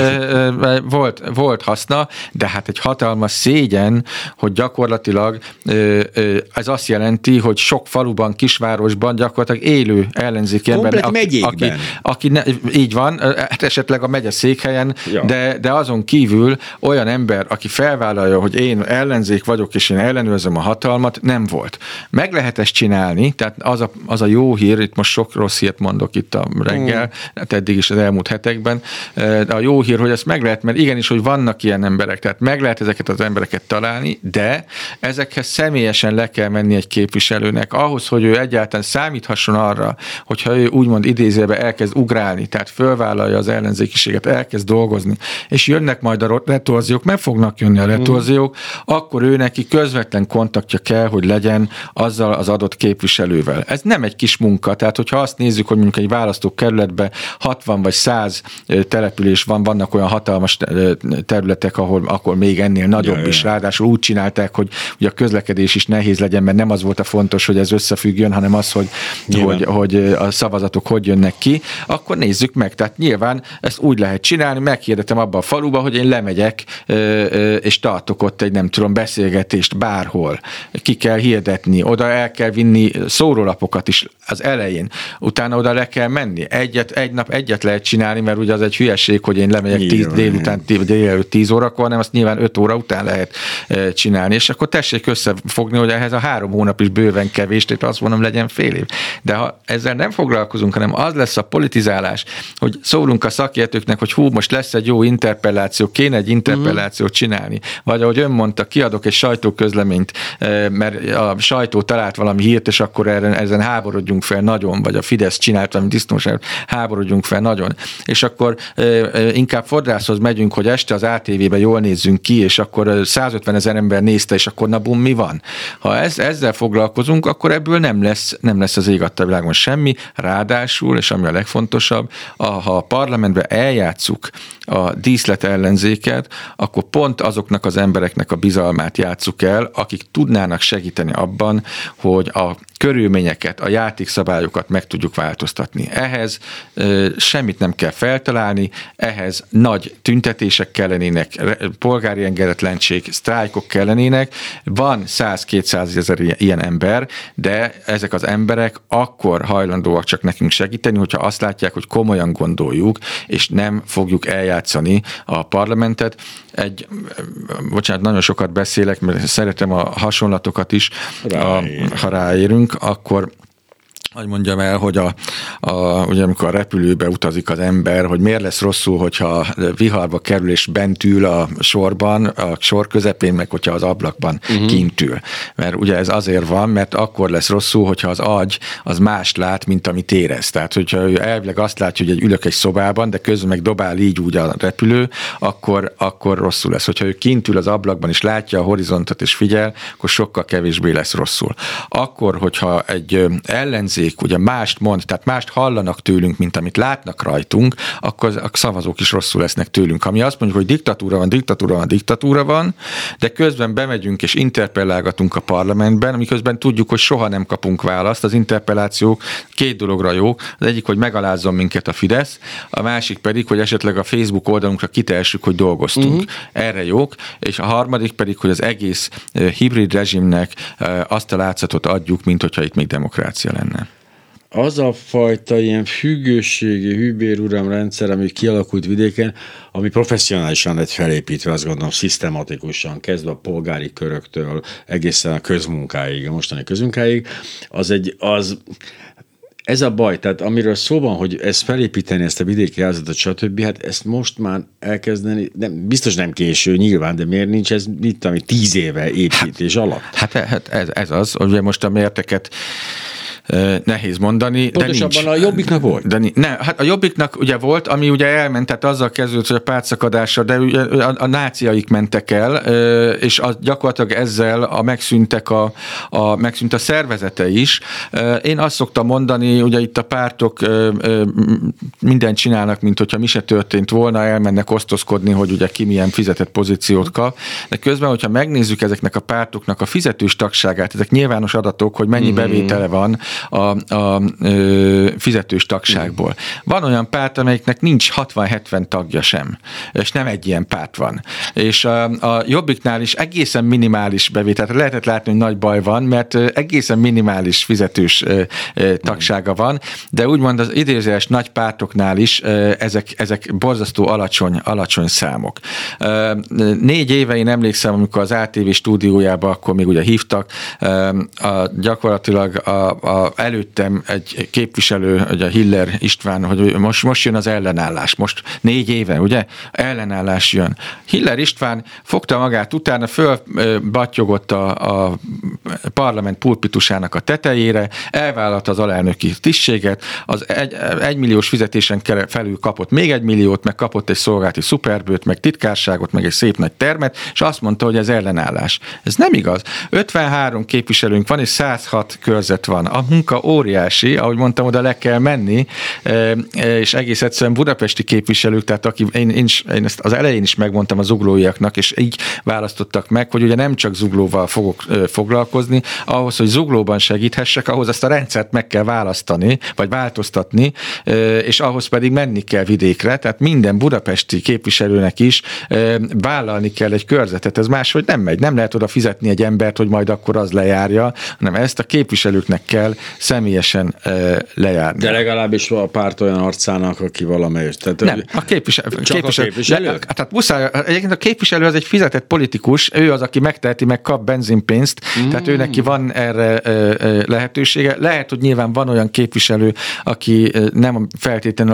volt, volt haszna, de hát egy hatalmas szégyen, hogy gyakorlatilag ez azt jelenti, hogy sok faluban, kisvárosban gyakorlatilag élő ellenzéki ember, aki, aki, aki ne, így van, hát esetleg a megye székhelyen, ja. de, de azon kívül olyan ember, aki felvállalja, hogy én ellenzék vagyok, és én ellenőrzöm a hatalmat, nem volt. Meg lehet ezt csinálni, tehát az a, az a jó hír, itt most sok rossz hírt mondok itt a reggel, mm. hát eddig is az elmúlt hetekben, a jó hír, hogy ezt meg lehet, mert igenis, hogy vannak ilyen emberek, tehát meg lehet ezeket az embereket találni, de ezekhez személyesen le kell menni egy képviselőnek, ahhoz, hogy ő egyáltalán számíthasson arra, hogyha ő úgymond idézőbe elkezd ugrálni, tehát fölvállalja az ellenzékiséget, elkezd dolgozni, és jönnek majd a retorziók, meg fognak jönni a retorziók, mm. akkor ő neki közvetlen kontaktja kell, hogy legyen azzal az adott képviselővel. Ez nem egy kis munka, tehát hogyha azt nézzük, hogy mondjuk egy választókerületben hatvan vagy száz település van, vannak olyan hatalmas területek, ahol akkor még ennél nagyobb ja, is, ráadásul úgy csinálták, hogy ugye a közlekedés is nehéz legyen, mert nem az volt a fontos, hogy ez összefüggjön, hanem az, hogy, hogy, hogy a szavazatok hogy jönnek ki, akkor nézzük meg. Tehát nyilván ezt úgy lehet csinálni, meghirdetem abba a faluba, hogy én lemegyek, és tartok ott egy nem tudom beszélgetést bárhol. Ki kell hirdetni, oda el kell vinni szórólapokat is az elején, utána oda le kell menni. Egyet, egy nap egyet lehet csinálni, mert ugye az egy hülyeség, hogy én lemegyek tíz délután, délelőtt tíz órakor, hanem azt nyilván öt óra után lehet csinálni, és akkor tessék összefogni, hogy ehhez a három hónap is bőven kevés, tehát azt mondom, legyen fél év. De ha ezzel nem foglalkozunk, hanem az lesz a politizálás, hogy szólunk a szakértőknek, hogy hú, most lesz egy jó interpelláció, kéne egy interpellációt csinálni, vagy ahogy ön mondta, kiadok egy sajtóközleményt, mert a sajtó talált valami hírt, és akkor ezen háborodjunk fel nagyon, vagy a Fidesz csinált valami disznóságot, háborodjunk fel nagyon. És akkor inkább fodrászhoz megyünk, hogy este az á té vében jól nézzünk ki, és akkor százötven ezer ember nézte, és akkor na bum, mi van? Ha ez, ezzel foglalkozunk, akkor ebből nem lesz, nem lesz az ég adta világon semmi, ráadásul, és ami a legfontosabb, a, ha a parlamentben eljátszuk a díszlet ellenzéket, akkor pont azoknak az embereknek a bizalmát játsszuk el, akik tudnának segíteni abban, hogy a körülményeket, a játékszabályokat meg tudjuk változtatni. Ehhez e, semmit nem kell feltalálni, ehhez nagy tüntetések kellenének, polgári engedetlenség, sztrájkok kellenének. Van száz-kétszázezer ilyen ember, de ezek az emberek akkor hajlandóak csak nekünk segíteni, hogyha azt látják, hogy komolyan gondoljuk, és nem fogjuk eljátszani a parlamentet. Egy, bocsánat, nagyon sokat beszélek, mert szeretem a hasonlatokat is, a, ha ráérünk, akkor hogy mondjam el, hogy a, a, ugye amikor a repülőbe utazik az ember, hogy miért lesz rosszul, hogyha viharba kerül és bent ül a sorban, a sor közepén, meg hogyha az ablakban uh-huh. kint ül. Mert ugye ez azért van, mert akkor lesz rosszul, hogyha az agy az mást lát, mint amit érez. Tehát, hogyha ő elvileg azt látja, hogy egy ülök egy szobában, de közben meg dobál így úgy a repülő, akkor, akkor rosszul lesz. Hogyha ő kint ül az ablakban és látja a horizontot és figyel, akkor sokkal kevésbé lesz rosszul. Akkor, hogyha egy ellenzék ugye mást mond, tehát mást hallanak tőlünk, mint amit látnak rajtunk, akkor a szavazók is rosszul lesznek tőlünk. Ha mi azt mondjuk, hogy diktatúra van, diktatúra van, diktatúra van, de közben bemegyünk és interpellálgatunk a parlamentben, miközben tudjuk, hogy soha nem kapunk választ. Az interpellációk két dologra jók. Az egyik, hogy megalázzon minket a Fidesz, a másik pedig, hogy esetleg a Facebook oldalunkra kitehessük, hogy dolgoztunk. Uh-huh. Erre jók. És a harmadik pedig, hogy az egész hibrid rezsimnek azt a látszatot adjuk, mint hogyha itt még demokrácia lenne. Az a fajta ilyen függőségi, hűbéruram rendszer, ami kialakult vidéken, ami professzionálisan lett felépítve, azt gondolom, szisztematikusan, kezdve a polgári köröktől egészen a közmunkáig, a mostani közmunkáig, az egy, az, ez a baj, tehát amiről szó van, hogy ezt felépíteni, ezt a vidéki házat, stb., hát ezt most már elkezdeni, nem, biztos nem késő nyilván, de miért nincs ez, mit tudom, tíz éve építés alatt? Hát, hát ez, ez az, ugye most a mérteket nehéz mondani. Pontosabban a Jobbiknak volt? De ne, hát a Jobbiknak ugye volt, ami ugye elment, tehát azzal kezdődött, hogy a pártszakadásra, de ugye a, a náciaik mentek el, és az gyakorlatilag ezzel a megszűntek a, a, megszűnt a szervezete is. Én azt szoktam mondani, ugye itt a pártok mindent csinálnak, mint hogyha mi se történt volna, elmennek osztozkodni, hogy ugye ki milyen fizetett pozíciót kap, de közben, hogyha megnézzük ezeknek a pártoknak a fizetős tagságát, ezek nyilvános adatok, hogy mennyi bevétele van a, a ö, fizetős tagságból. Van olyan párt, amelyiknek nincs hatvan-hetven tagja sem, és nem egy ilyen párt van. És a, a Jobbiknál is egészen minimális bevétel, lehetett látni, hogy nagy baj van, mert egészen minimális fizetős ö, ö, tagsága van, de úgymond az idézőjeles nagy pártoknál is ö, ezek, ezek borzasztó alacsony, alacsony számok. Ö, négy éve én emlékszem, amikor az á té vé stúdiójába akkor még ugye hívtak, ö, a, gyakorlatilag a, a a, előttem egy képviselő, ugye Hiller István, hogy most, most jön az ellenállás, most négy éve, ugye, ellenállás jön. Hiller István fogta magát, utána fölbattyogott a, a parlament pulpitusának a tetejére, elvállalta az alelnöki tisztséget, az egy, egymilliós fizetésen felül kapott még egy milliót, meg kapott egy szolgálati szuperbőt, meg titkárságot, meg egy szép nagy termet, és azt mondta, hogy ez ellenállás. Ez nem igaz. ötvenhárom képviselőnk van, és száz hat körzet van. A munka óriási, ahogy mondtam, oda le kell menni, és egész egyszerűen budapesti képviselők, tehát aki, én, én, én ezt az elején is megmondtam a zuglóiaknak, és így választottak meg, hogy ugye nem csak zuglóval fogok foglalkozni, ahhoz, hogy zuglóban segíthessek, ahhoz azt a rendszert meg kell választani, vagy változtatni, és ahhoz pedig menni kell vidékre, tehát minden budapesti képviselőnek is vállalni kell egy körzetet, ez máshogy nem megy, nem lehet oda fizetni egy embert, hogy majd akkor az lejárja, hanem ezt a képviselőknek kell személyesen lejárni. De legalábbis a párt olyan arcának, aki valamelyik. Tehát nem, a képviselő. Csak képviselő. a képviselő? Le, tehát muszáj, egyébként a képviselő az egy fizetett politikus, ő az, aki megteheti, meg kap benzinpénzt, mm. tehát ő neki van erre lehetősége. Lehet, hogy nyilván van olyan képviselő, aki nem feltétlenül a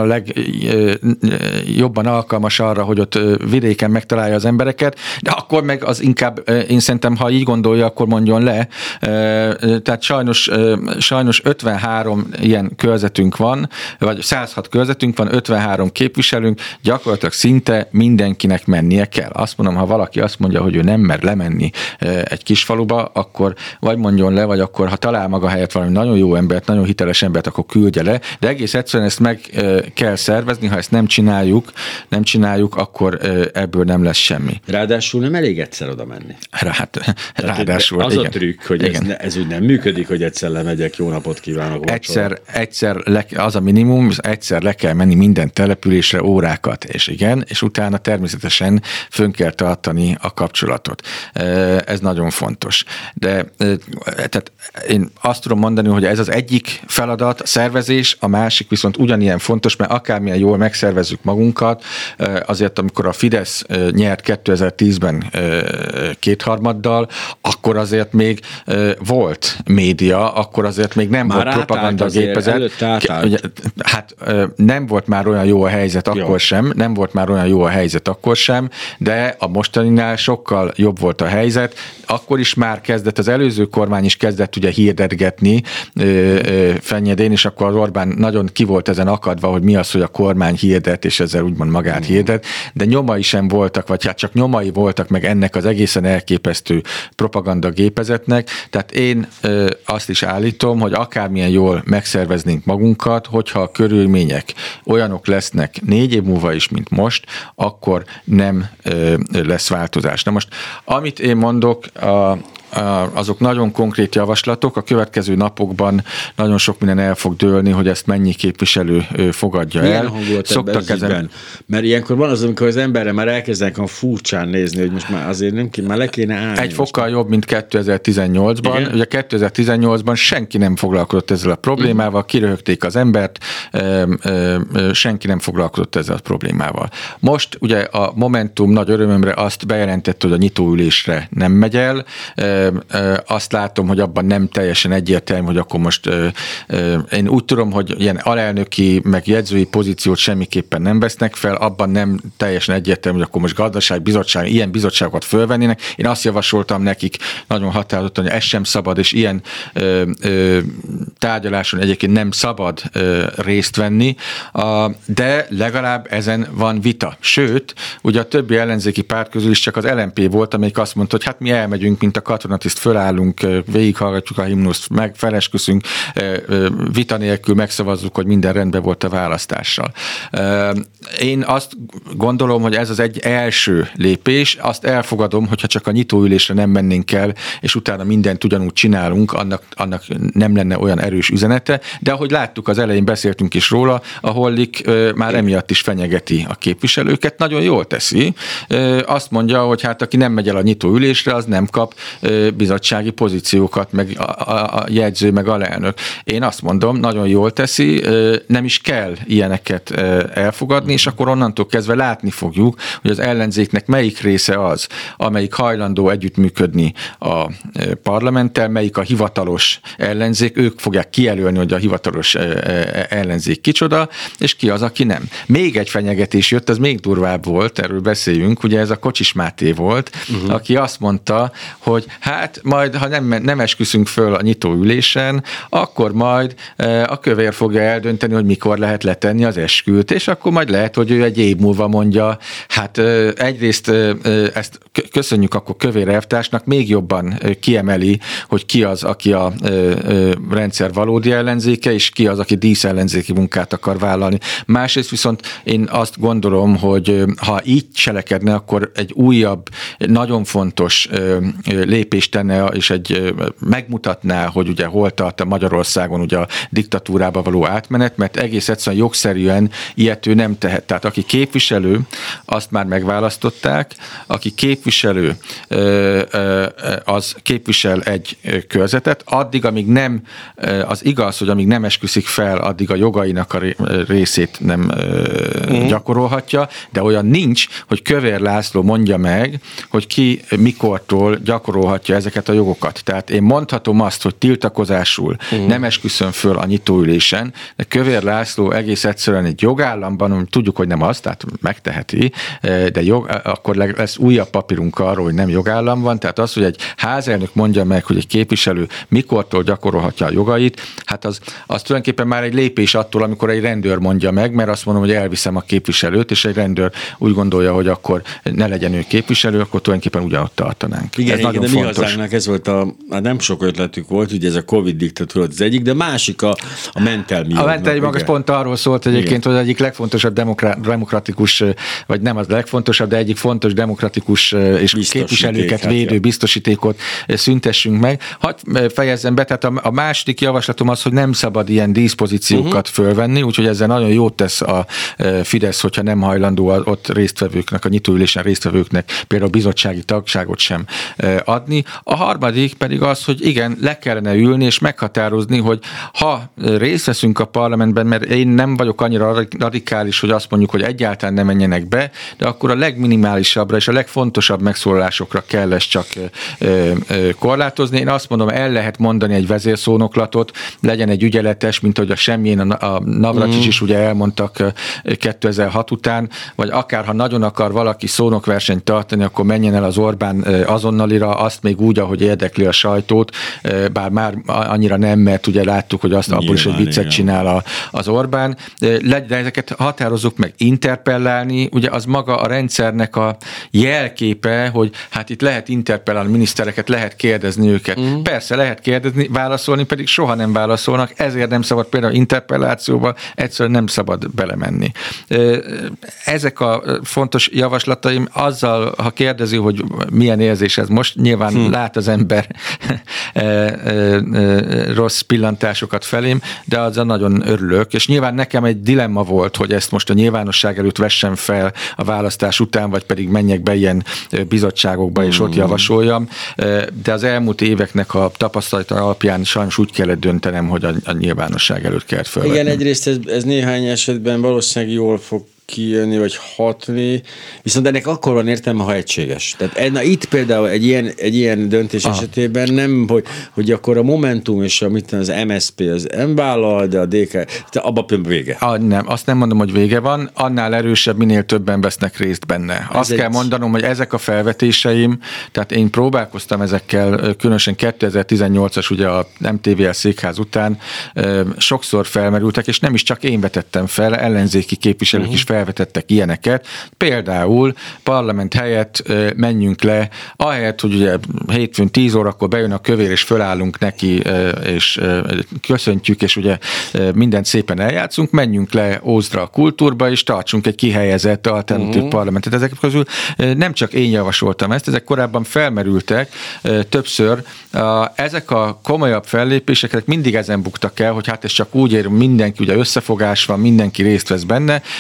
legjobban alkalmas arra, hogy ott vidéken megtalálja az embereket, de akkor meg az inkább, én szerintem, ha így gondolja, akkor mondjon le. Tehát sajnos, sajnos ötvenhárom ilyen körzetünk van, vagy száz hat körzetünk van, ötvenhárom képviselőnk, gyakorlatilag szinte mindenkinek mennie kell. Azt mondom, ha valaki azt mondja, hogy ő nem mer lemenni egy kis faluba, akkor vagy mondjon le, vagy akkor, ha talál maga helyett valami nagyon jó embert, nagyon hiteles embert, akkor küldje le, de egész egyszerűen ezt meg kell szervezni, ha ezt nem csináljuk, nem csináljuk, akkor ebből nem lesz semmi. Ráadásul nem elég egyszer oda menni. Hát, ráadásul. Az igen. a trükk, hogy ez, ne, ez úgy nem működik, hogy egyszer lemegyek, jó napot kívánok. Egyszer, egyszer le, az a minimum, egyszer le kell menni minden településre órákat, és igen, és utána természetesen fönn kell tartani a kapcsolatot. Ez nagyon fontos. De tehát én azt tudom mondani, hogy ez az egyik feladat, a szervezés, a másik viszont ugyanilyen fontos, mert akármilyen jól megszervezzük magunkat, azért amikor a Fidesz nyert kétezer-tízben kétharmaddal, akkor azért még volt média, akkor azért még nem már volt propagandagépezet. Hát nem volt már olyan jó a helyzet akkor jó. sem, nem volt már olyan jó a helyzet akkor sem, de a mostaninál sokkal jobb volt a helyzet. Akkor is már kezdett, az előző kormány is kezdett ugye hirdetgetni Fenyedén, és akkor az Orbán nagyon ki volt ezen akadva, hogy mi az, hogy a kormány hirdet, és ezzel úgymond magát mm. hirdet, de nyomai sem voltak, vagy hát csak nyomai voltak meg ennek az egészen elképesztő propagandagépezetnek. Tehát én ö, azt is állítom, hogy akármilyen jól megszerveznénk magunkat, hogyha a körülmények olyanok lesznek négy év múlva is, mint most, akkor nem ö, lesz változás. Na most, amit én mondok, a azok nagyon konkrét javaslatok, a következő napokban nagyon sok minden el fog dőlni, hogy ezt mennyi képviselő fogadja milyen el. Szoktak ezen... Mert ilyenkor van az, amikor az emberre már elkezdenek a furcsán nézni, hogy most már azért nem ki, már le kéne állni. Egy fokkal már jobb, mint kétezer-tizennyolcban. Igen? Ugye kétezer-tizennyolcban senki nem foglalkozott ezzel a problémával, kiröhögték az embert, senki nem foglalkozott ezzel a problémával. Most ugye a Momentum nagy örömömre azt bejelentette, hogy a nyitóülésre nem megy el. Azt látom, hogy abban nem teljesen egyértelmű, hogy akkor most én úgy tudom, hogy ilyen alelnöki, meg jegyzői pozíciót semmiképpen nem vesznek fel, abban nem teljesen egyértelmű, hogy akkor most gazdaságbizottság, ilyen bizottságokat fölvennének. Én azt javasoltam nekik nagyon határozottan, hogy ez sem szabad, és ilyen ö, ö, tárgyaláson egyébként nem szabad ö, részt venni, a, de legalább ezen van vita. Sőt, ugye a többi ellenzéki párt közül is csak az el em pé volt, amelyik azt mondta, hogy hát mi elmegyünk, mint a katonatiszt, fölállunk, végighallgatjuk a himnuszt, meg felesküszünk, vita nélkül megszavazzuk, hogy minden rendben volt a választással. Én azt gondolom, hogy ez az egy első lépés, azt elfogadom, hogyha csak a nyitóülésre nem mennénk el, és utána mindent ugyanúgy csinálunk, annak, annak nem lenne olyan erős üzenete, de ahogy láttuk, az elején beszéltünk is róla, a Hollik már emiatt is fenyegeti a képviselőket, nagyon jól teszi. Azt mondja, hogy hát aki nem megy el a nyitóülésre, az nem kap bizottsági pozíciókat, meg a, a, a jegyző, meg alelnök. Én azt mondom, nagyon jól teszi, nem is kell ilyeneket elfogadni, és akkor onnantól kezdve látni fogjuk, hogy az ellenzéknek melyik része az, amelyik hajlandó együttműködni a parlamenttel, melyik a hivatalos ellenzék, ők fogják kijelölni, hogy a hivatalos ellenzék kicsoda, és ki az, aki nem. Még egy fenyegetés jött, az még durvább volt, erről beszéljünk, ugye ez a Kocsis Máté volt, uh-huh. aki azt mondta, hogy hát majd, ha nem, nem esküszünk föl a nyitóülésen, akkor majd a kövér fogja eldönteni, hogy mikor lehet letenni az esküt, és akkor majd lehet, hogy ő egy év múlva mondja, hát egyrészt ezt köszönjük akkor Kövér elvtársnak, még jobban kiemeli, hogy ki az, aki a rendszer valódi ellenzéke, és ki az, aki díszellenzéki munkát akar vállalni. Másrészt viszont én azt gondolom, hogy ha így cselekedne, akkor egy újabb, nagyon fontos lépést tenne, és egy megmutatná, hogy ugye hol tart a Magyarországon ugye a diktatúrába való átmenet, mert egész egyszerűen jogszerűen ilyet ő nem tehet. Tehát aki képviselő, azt már megválasztották, aki képviselő, az képvisel egy körzetet, addig, amíg nem, az igaz, hogy amíg nem esküszik fel, addig a jogainak a részét nem mm. gyakorolhatja, de olyan nincs, hogy Kövér László mondja meg, hogy ki mikortól gyakorolhatja ezeket a jogokat. Tehát én mondhatom azt, hogy tiltakozásul mm. nem esküszöm föl a nyitóülésen, de Kövér László egész egyszerűen egy jogállamban, tudjuk, hogy nem az, tehát megteheti, de jog, akkor lesz újabb papírunk arról, hogy nem jogállam van, tehát az, hogy egy házelnök mondja meg, hogy egy képviselő mikortól gyakorolhatja a jogait, hát az, az tulajdonképpen már egy lépés attól, amikor egy rendőr mondja meg, mert azt mondom, hogy elviszem a képviselőt, és egy rendőr úgy gondolja, hogy akkor ne legyen ő képviselő, akkor tulajdonképpen ugyanott tartanánk. Igen, ez igen, nagyon de fontos. Mi hazánknak ez volt a, a nem sok ötletük volt, ugye ez a Covid diktatúra az egyik, de másik a, a mentelmi jognak. A mentelmi jog az pont arról szólt egyébként, igen. hogy az egyik legfontosabb demokra- demokratikus, vagy nem az legfontosabb, de egyik fontos demokratikus és képviselőket hát, védő ja. biztosítékot szüntessünk meg. Hadd fejezzem be, tehát a, a második javaslatom az, hogy nem szabad ilyen díszpozíciókat uh-huh. fölvenni, úgyhogy ezzel nagyon jót tesz a Fidesz, hogyha nem hajlandó ott résztvevőknek, a nyitóülésen résztvevőknek például bizottsági tagságot sem adni. A harmadik pedig az, hogy igen, le kellene ülni és meghatározni, hogy ha részt veszünk a parlamentben, mert én nem vagyok annyira radikális, hogy azt mondjuk, hogy egyáltalán ne menjenek be, de akkor a legminimálisabbra és a legfontosabb megszólalásokra kell ezt csak korlátozni. Én azt mondom, el lehet mondani egy vezérszónoklatot, legyen egy ügyeletes, mint ahogy a semmilyen a Navracsics mm. is ugye elmondtak kétezer-hat után, vagy akár ha nagyon akar valaki szónokversenyt tartani, akkor menjen el az Orbán azonnalira, azt még úgy, ahogy érdekli a sajtót, bár már annyira nem, mert ugye láttuk, hogy azt abból is egy viccet igen. csinál a, az Orbán. De ezeket határozzuk meg, interpellálni, ugye az maga a rendszernek a jelképe, hogy hát itt lehet interpellálni minisztereket, lehet kérdezni őket. Mm. Persze lehet kérdezni, válaszolni pedig soha nem válaszolnak, ezért nem szabad például interpellációba, egyszerűen nem szabad belemenni. Ezek a fontos javaslataim, azzal, ha kérdezi, hogy milyen érzés ez most, nyilván hmm. lát az ember rossz pillantásokat felém, de azzal nagyon örülök, és nyilván nekem egy dilemma volt, hogy ezt most a nyilvánosság előtt vessem fel a választás után, vagy pedig menjek be ilyen bizottságokba, és ott javasoljam, de az elmúlt éveknek a tapasztalata alapján sajnos úgy kellett döntenem, hogy a, a nyilvánosság előtt kellett felvetni. Igen, egyrészt ez, ez néhány esetben valószínűleg jól fog kijönni, vagy hatni, viszont ennek akkor van értelme, ha egységes. Tehát na, itt például egy ilyen, egy ilyen döntés Aha. esetében nem, hogy, hogy akkor a Momentum és a, mit az em es zé pé az nem vállal, de a dé ká, de abban például vége. A, nem, azt nem mondom, hogy vége van, annál erősebb, minél többen vesznek részt benne. Ez azt egy... kell mondanom, hogy ezek a felvetéseim, tehát én próbálkoztam ezekkel, különösen kétezer-tizennyolcas ugye a em té vé el székház után sokszor felmerültek, és nem is csak én vetettem fel, ellenzéki képviselők uh-huh. is fel felvetettek ilyeneket. Például parlament helyett menjünk le, ahelyett, hogy ugye hétfőn tíz órakor bejön a kövér, és fölállunk neki, és köszöntjük, és ugye mindent szépen eljátszunk, menjünk le Ózdra a Kultúrba, és tartsunk egy kihelyezett alternatív uh-huh. parlamentet. Ezek közül nem csak én javasoltam ezt, ezek korábban felmerültek többször. Ezek a komolyabb fellépések mindig ezen buktak el, hogy hát ez csak úgy ér, mindenki ugye összefogás van, mindenki részt vesz benne, mindig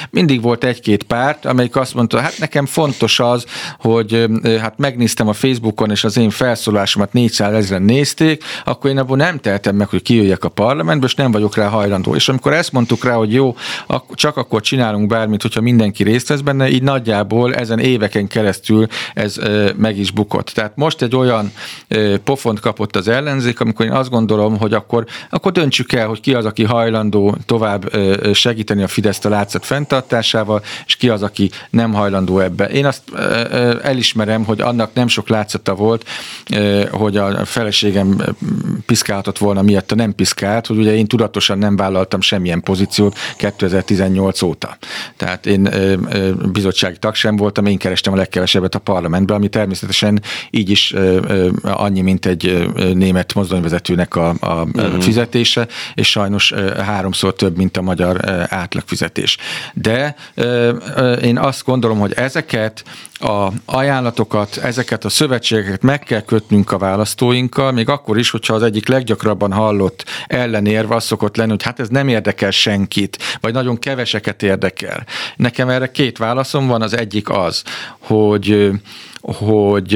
volt egy-két párt, amelyik azt mondta, hát nekem fontos az, hogy hát megnéztem a Facebookon, és az én felszólásomat négyszázezren nézték, akkor én abból nem tehetem meg, hogy kijöjjek a parlamentbe, és nem vagyok rá hajlandó. És amikor ezt mondtuk rá, hogy jó, csak akkor csinálunk bármit, hogyha mindenki részt vesz benne, így nagyjából ezen éveken keresztül ez meg is bukott. Tehát most egy olyan pofont kapott az ellenzék, amikor én azt gondolom, hogy akkor, akkor döntsük el, hogy ki az, aki hajlandó tovább segíteni a Fideszt a látszat fenntartásával, és ki az, aki nem hajlandó ebbe. Én azt elismerem, hogy annak nem sok látszata volt, hogy a feleségem piszkálhatott volna miatt, nem piszkált, hogy ugye én tudatosan nem vállaltam semmilyen pozíciót kétezer-tizennyolc óta. Tehát én bizottsági tag sem voltam, én kerestem a legkevesebbet a parlamentben, ami természetesen így is annyi, mint egy német mozdonyvezetőnek a, a uh-huh. fizetése, és sajnos háromszor több, mint a magyar átlagfizetés. De én azt gondolom, hogy ezeket a ajánlatokat, ezeket a szövetségeket meg kell kötnünk a választóinkkal, még akkor is, hogyha az egyik leggyakrabban hallott ellenérve az szokott lenni, hogy hát ez nem érdekel senkit, vagy nagyon keveseket érdekel. Nekem erre két válaszom van, az egyik az, hogy hogy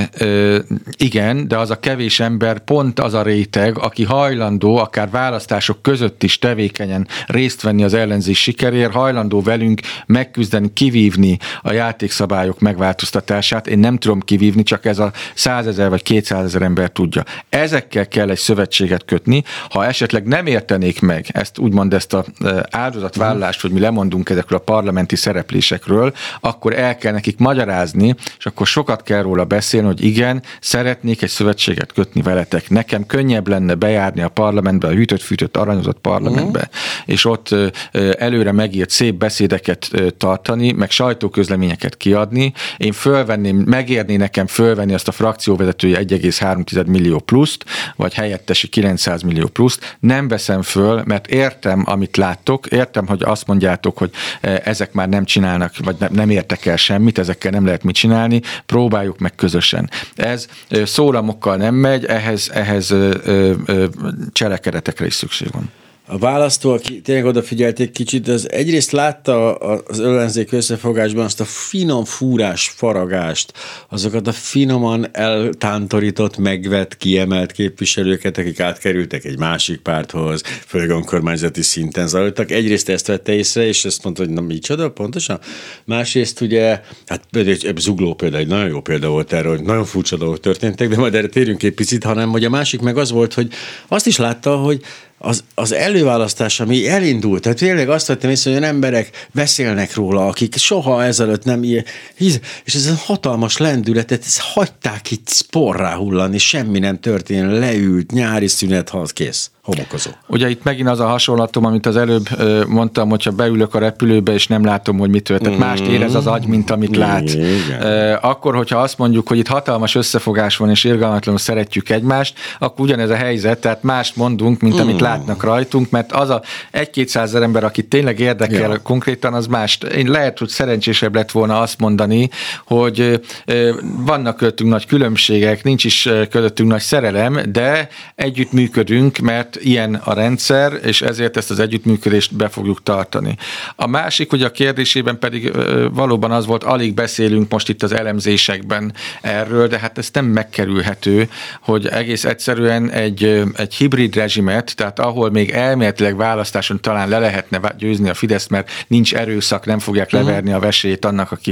igen, de az a kevés ember pont az a réteg, aki hajlandó akár választások között is tevékenyen részt venni az ellenzék sikeréért, hajlandó velünk megküzdeni, kivívni a játékszabályok megváltoztatását. Én nem tudom kivívni, csak ez a százezer vagy kétszázezer ember tudja. Ezekkel kell egy szövetséget kötni. Ha esetleg nem értenék meg ezt, úgymond ezt a áldozatvállalást, hogy mi lemondunk ezekről a parlamenti szereplésekről, akkor el kell nekik magyarázni, és akkor sokat kell róla beszélni, hogy igen, szeretnék egy szövetséget kötni veletek. Nekem könnyebb lenne bejárni a parlamentbe, a hűtött-fűtött, aranyozott parlamentbe, uh-huh. és ott előre megírt szép beszédeket tartani, meg sajtóközleményeket kiadni. Én fölvenném, megérné nekem fölvenni azt a frakcióvezetői egy egész három millió pluszt, vagy helyettesi kilencszáz millió pluszt. Nem veszem föl, mert értem, amit láttok, értem, hogy azt mondjátok, hogy ezek már nem csinálnak, vagy nem értek el semmit, ezekkel nem lehet mit csinálni, próbáljuk meg közösen. Ez szólamokkal nem megy, ehhez, ehhez cselekedetekre is szükség van. A választó, aki tényleg odafigyelték kicsit, az egyrészt látta az ellenzék összefogásban azt a finom fúrás faragást, azokat a finoman eltántorított, megvett, kiemelt képviselőket, akik átkerültek egy másik párthoz, főleg önkormányzati szinten zajlottak. Egyrészt ezt vette észre, és ezt mondta, hogy na micsoda, pontosan. Másrészt ugye, hát például Zugló például egy nagyon jó példa volt erről, hogy nagyon furcsa dolgok történtek, de majd erre térjünk egy picit, hanem hogy a másik meg az volt, hogy azt is látta, hogy Az, az előválasztás, ami elindult, tehát tényleg azt vettem észre, hogy olyan emberek beszélnek róla, akik soha ezelőtt nem ilyen, és ez a hatalmas lendületet, ezt hagyták itt porrá hullani, semmi nem történt, leült, nyári szünet, ha kész. Homokozó. Ugye itt megint az a hasonlatom, amit az előbb mondtam, hogyha beülök a repülőbe, és nem látom, hogy mi történt. Mást érez az agy, mint amit lát. Igen. Akkor, hogyha azt mondjuk, hogy itt hatalmas összefogás van, és irgalmatlanul szeretjük egymást, akkor ugyanez a helyzet, tehát mást mondunk, mint amit látnak rajtunk, mert az a egy-kétszázezer ember, akit tényleg érdekel ja. konkrétan, az mást. Én lehet, hogy szerencsésebb lett volna azt mondani, hogy vannak közöttünk nagy különbségek, nincs is közöttünk nagy szerelem, de együttműködünk, mert ilyen a rendszer, és ezért ezt az együttműködést be fogjuk tartani. A másik, hogy a kérdésében pedig valóban az volt, alig beszélünk most itt az elemzésekben erről, de hát ez nem megkerülhető, hogy egész egyszerűen egy, egy hibrid rezsimet, tehát ahol még elméletileg választáson talán le lehetne győzni a Fideszt, mert nincs erőszak, nem fogják leverni a vesélyét annak, aki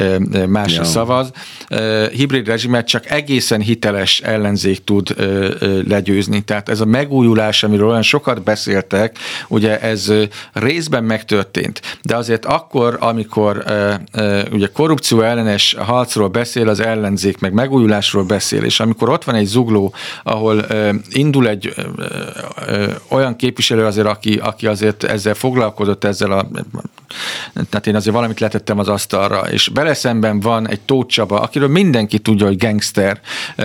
másra ja. szavaz. Hibrid rezsimet csak egészen hiteles ellenzék tud legyőzni. Tehát ez a megújulás, amiről olyan sokat beszéltek, ugye ez részben megtörtént, de azért akkor, amikor ugye korrupció ellenes harcról beszél az ellenzék, meg megújulásról beszél, és amikor ott van egy Zugló, ahol indul egy olyan képviselő azért, aki, aki azért ezzel foglalkozott, ezzel a tehát én azért valamit letettem az asztalra, és vele szemben van egy Tóth Csaba, akiről mindenki tudja, hogy gangster.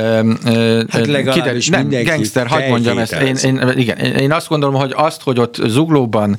Hát legalábbis nem, mindenki gangster, hadd mondjam ezt. Én, én, igen, én azt gondolom, hogy azt, hogy ott Zuglóban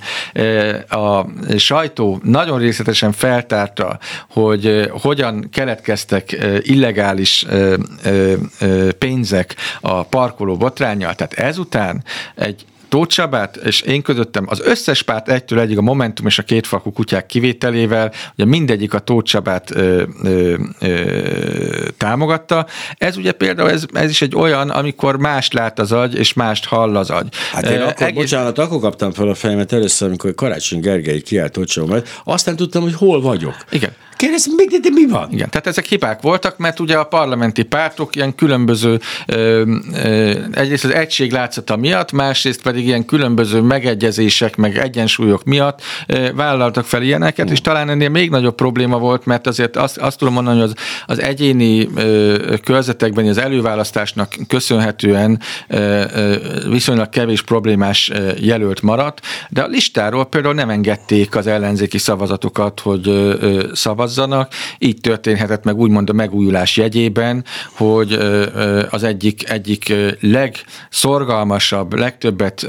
a sajtó nagyon részletesen feltárta, hogy hogyan keletkeztek illegális pénzek a parkoló botránnyal, tehát ezután egy Tóth Csabát, és én közöttem az összes párt egytől egyig, a Momentum és a kétfarkú kutyák kivételével, ugye mindegyik a Tóth Csabát ö, ö, ö, támogatta. Ez ugye például, ez, ez is egy olyan, amikor mást lát az agy, és mást hall az agy. Hát én akkor, egész... bocsánat, akkor kaptam fel a fejemet először, amikor Karácsony Gergely kiállt Tóth Csaba mellett, aztán tudtam, hogy hol vagyok. Igen. Kérdeztem, de, de mi van? Igen, tehát ezek hibák voltak, mert ugye a parlamenti pártok ilyen különböző, ö, ö, egyrészt az egység látszata miatt, másrészt pedig ilyen különböző megegyezések, meg egyensúlyok miatt ö, vállaltak fel ilyeneket, mm. és talán ennél még nagyobb probléma volt, mert azért azt, azt tudom mondani, hogy az, az egyéni ö, körzetekben az előválasztásnak köszönhetően ö, ö, viszonylag kevés problémás ö, jelölt maradt, de a listáról például nem engedték az ellenzéki szavazatokat, hogy ö, ö, szavaz. Így történhetett meg úgymond a megújulás jegyében, hogy az egyik, egyik legszorgalmasabb, legtöbbet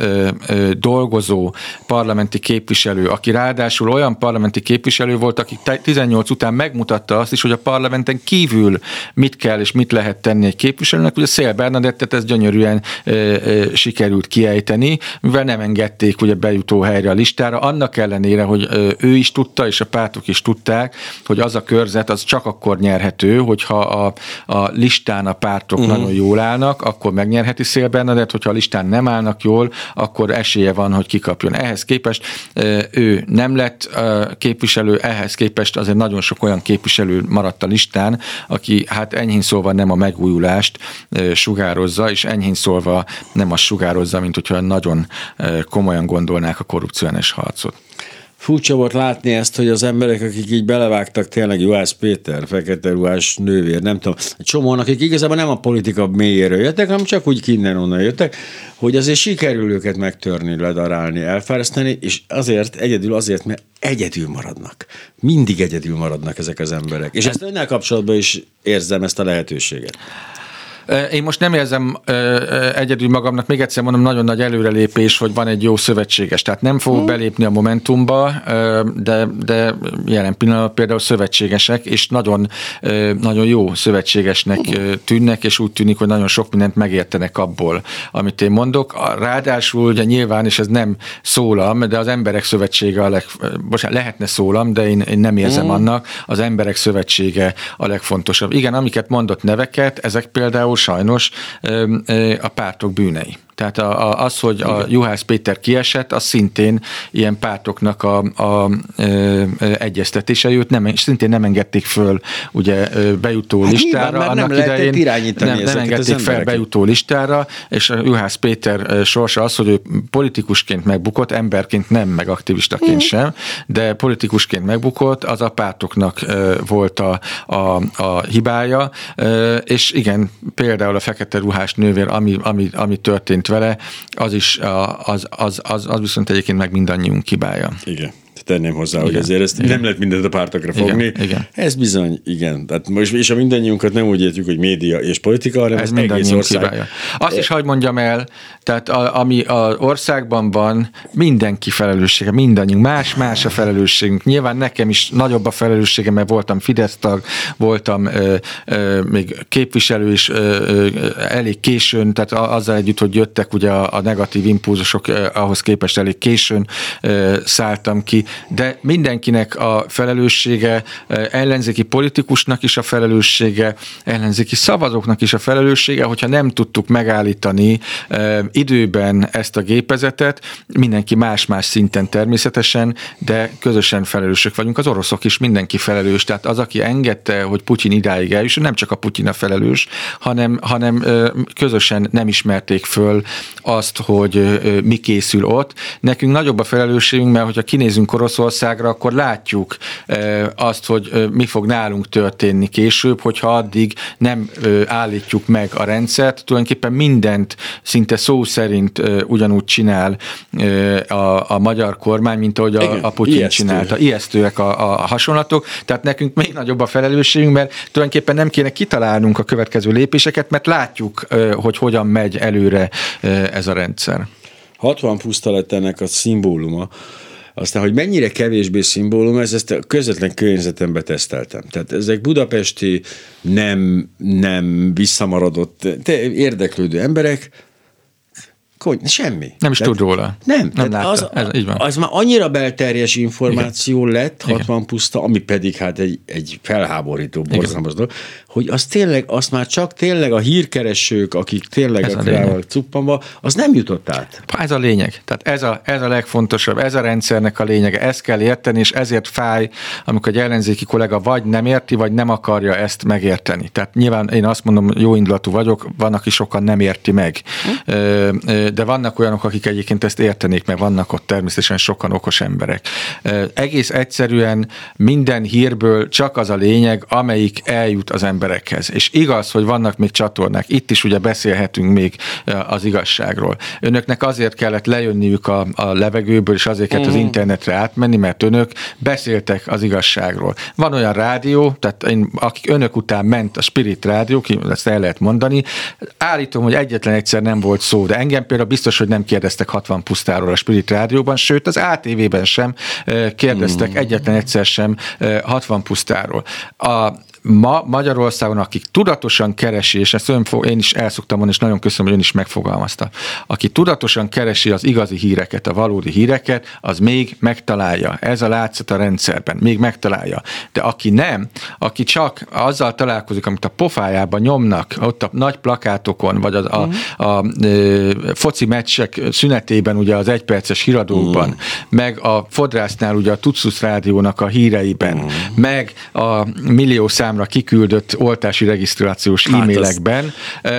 dolgozó parlamenti képviselő, aki ráadásul olyan parlamenti képviselő volt, aki tizennyolc után megmutatta azt is, hogy a parlamenten kívül mit kell és mit lehet tenni egy képviselőnek. Ugye Széll Bernadettet ez gyönyörűen sikerült kiejteni, mivel nem engedték ugye bejutó helyre a listára, annak ellenére, hogy ő is tudta, és a pártok is tudták, hogy az a körzet az csak akkor nyerhető, hogyha a, a listán a pártok uh-huh. nagyon jól állnak, akkor megnyerheti Széll Bernadett, hogyha a listán nem állnak jól, akkor esélye van, hogy kikapjon. Ehhez képest ő nem lett képviselő, ehhez képest azért nagyon sok olyan képviselő maradt a listán, aki hát enyhén szólva nem a megújulást sugározza, és enyhén szólva nem azt sugározza, mint hogyha nagyon komolyan gondolnák a korrupció ellenes harcot. Furcsa volt látni ezt, hogy az emberek, akik így belevágtak, tényleg Juhász Péter, fekete ruhás nővér, nem tudom, egy csomóan, akik igazából nem a politika mélyéről jöttek, hanem csak úgy innen-onnan jöttek, hogy azért sikerül őket megtörni, ledarálni, elfárasztani, és azért, egyedül azért, mert egyedül maradnak. Mindig egyedül maradnak ezek az emberek. És ezt önnel kapcsolatban is érzem ezt a lehetőséget. Én most nem érzem egyedül magamnak, még egyszer mondom, nagyon nagy előrelépés, hogy van egy jó szövetséges. Tehát nem fogok belépni a Momentumba, de, de jelen pillanatban például szövetségesek, és nagyon, nagyon jó szövetségesnek tűnnek, és úgy tűnik, hogy nagyon sok mindent megértenek abból, amit én mondok. Ráadásul ugye nyilván, és ez nem szólam, de az Emberek Szövetsége a leg... Bocsánat, lehetne szólam, de én, én nem érzem mm. annak. Az Emberek Szövetsége a legfontosabb. Igen, amiket mondott neveket, ezek például sajnos a pártok bűnei. Tehát az, hogy a Juhász Péter kiesett, az szintén ilyen pártoknak a, a, a, a egyeztetése. Őt nem, szintén nem engedték föl ugye bejutó hát listára. Nyilván, annak nem idején irányítani nem, nem engedték fel bejutó listára, és a Juhász Péter sorsa az, hogy ő politikusként megbukott, emberként nem, meg aktivistaként mm. sem, de politikusként megbukott, az a pártoknak volt a, a, a hibája, és igen, például a fekete ruhás nővér, ami, ami, ami történt vele, az is, az, az, az, az viszont egyébként meg mindannyiunk hibája. Igen. Tenném hozzá, igen, hogy azért ezt igen. nem lehet mindent a pártokra fogni. Igen, igen. Ez bizony, igen. Tehát most, és a mindannyiunkat nem úgy értjük, hogy média és politika, hanem ez egész ország. Hibája. Azt is hadd mondjam el, tehát a, ami az országban van, mindenki felelőssége, mindannyiunk, más-más a felelősségünk. Nyilván nekem is nagyobb a felelőssége, mert voltam Fidesz tag, voltam ö, ö, még képviselő is ö, ö, elég későn, tehát azzal együtt, hogy jöttek ugye a, a negatív impulzusok, ö, ahhoz képest elég későn ö, szálltam ki, de mindenkinek a felelőssége, ellenzéki politikusnak is a felelőssége, ellenzéki szavazóknak is a felelőssége, hogyha nem tudtuk megállítani időben ezt a gépezetet, mindenki más-más szinten természetesen, de közösen felelősök vagyunk. Az oroszok is mindenki felelős, tehát az, aki engedte, hogy Putyin idáig eljusson, nem csak a Putyin a felelős, hanem, hanem közösen nem ismerték föl azt, hogy mi készül ott. Nekünk nagyobb a felelősségünk, mert hogyha kinézünk Oroszországra, akkor látjuk azt, hogy mi fog nálunk történni később, hogyha addig nem állítjuk meg a rendszert. Tulajdonképpen mindent szinte szó szerint ugyanúgy csinál a, a magyar kormány, mint ahogy a, a Putyin ijesztő. csinálta. Ijesztőek a, a hasonlatok, tehát nekünk még nagyobb a felelősségünk, mert tulajdonképpen nem kéne kitalálnunk a következő lépéseket, mert látjuk, hogy hogyan megy előre ez a rendszer. hatvan puszta lett ennek a szimbóluma. Aztán, hogy mennyire kevésbé szimbólum, ez ezt a közvetlen környezetembe teszteltem. Tehát ezek budapesti, nem, nem visszamaradott, érdeklődő emberek, Kony- semmi. Nem is tehát, tud róla. Nem. nem látta. Az, Ez, így van. az már annyira belterjes információ Igen. lett, hatvan Igen. puszta, ami pedig hát egy, egy felháborító, borzalmas dolog, hogy az tényleg, azt már csak tényleg a hírkeresők, akik tényleg ez a krával cuppanva, az nem jutott át. Ez a lényeg. Tehát ez a, ez a legfontosabb, ez a rendszernek a lényege. Ezt kell érteni, és ezért fáj, amikor egy ellenzéki kollega vagy nem érti, vagy nem akarja ezt megérteni. Tehát nyilván én azt mondom, jó indulatú vagyok, van, aki sokan nem érti meg. Hm. De vannak olyanok, akik egyébként ezt értenék, mert vannak ott természetesen sokan okos emberek. Egész egyszerűen minden hírből csak az a lényeg, amelyik eljut az emberekhez. És igaz, hogy vannak még csatornák. Itt is ugye beszélhetünk még az igazságról. Önöknek azért kellett lejönniük a, a levegőből, és azért kellett az internetre átmenni, mert önök beszéltek az igazságról. Van olyan rádió, tehát én, akik önök után ment a Spirit Rádió, ezt el lehet mondani, állítom, hogy egyetlen egyszer nem volt szó, de engem például biztos, hogy nem kérdeztek hatvan pusztáról a Spirit Rádióban, sőt az á té vében sem kérdeztek egyetlen egyszer sem hatvan pusztáról. A Ma Magyarországon, akik tudatosan keresi, és ezt ön fog, én is el szoktam mondani, és nagyon köszönöm, hogy ön is megfogalmazta, aki tudatosan keresi az igazi híreket, a valódi híreket, az még megtalálja. Ez a látszat a rendszerben, még megtalálja. De aki nem, aki csak azzal találkozik, amit a pofájában nyomnak, ott a nagy plakátokon, vagy a, a, a, a, a foci meccsek szünetében, ugye az egyperces híradókban, mm. meg a fodrásznál ugye a Tucsus Rádiónak a híreiben, mm. meg a millió szám kiküldött oltási regisztrációs hát e-mailekben,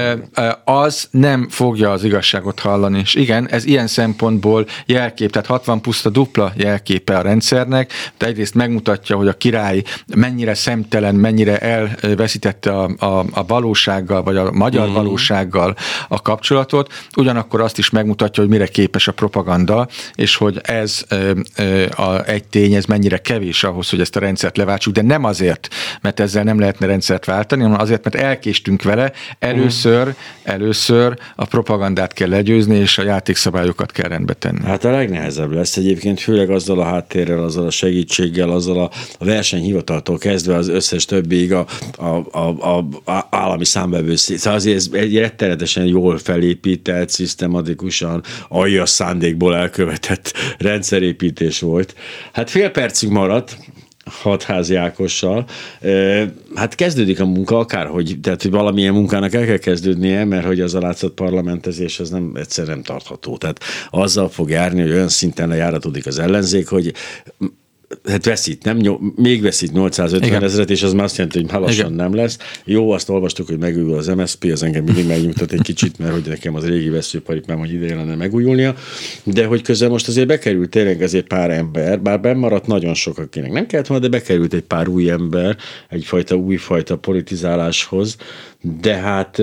az nem fogja az igazságot hallani. És igen, ez ilyen szempontból jelkép, tehát hatvan puszta dupla jelképe a rendszernek, de egyrészt megmutatja, hogy a király mennyire szemtelen, mennyire elveszítette a, a, a valósággal, vagy a magyar mm. valósággal a kapcsolatot, ugyanakkor azt is megmutatja, hogy mire képes a propaganda, és hogy ez a, egy tény, ez mennyire kevés ahhoz, hogy ezt a rendszert leváltsuk, de nem azért, mert ezzel nem lehetne rendszert váltani, hanem azért, mert elkéstünk vele, először, először a propagandát kell legyőzni, és a játékszabályokat kell rendbe tenni. Hát a legnehezebb lesz egyébként, főleg azzal a háttérrel, azzal a segítséggel, azzal a, a versenyhivataltól kezdve az összes többiig a, a, a, a állami számvevőszék. Szóval azért ez egy rettenetesen jól felépített, szisztematikusan, aljas szándékból elkövetett rendszerépítés volt. Hát fél percig maradt, Hatházi Ákossal. Hát kezdődik a munka, akárhogy, tehát hogy valamilyen munkának el kell kezdődnie, mert hogy az a látszat parlamentezés az nem, egyszer nem tartható. Tehát azzal fog járni, hogy olyan szinten lejáratodik az ellenzék, hogy hát veszít, nem? Még veszít nyolcszázötven ezret, és az már azt jelenti, hogy már lassan Igen. nem lesz. Jó, azt olvastuk, hogy megújul az em es zé pé, az engem mindig megnyugtat egy kicsit, mert hogy nekem az régi veszőparipám, hogy ideje lenne megújulnia, de hogy közben most azért bekerült tényleg azért pár ember, bár bennmaradt nagyon sok, akinek nem kellett volna, de bekerült egy pár új ember, egyfajta újfajta politizáláshoz, de hát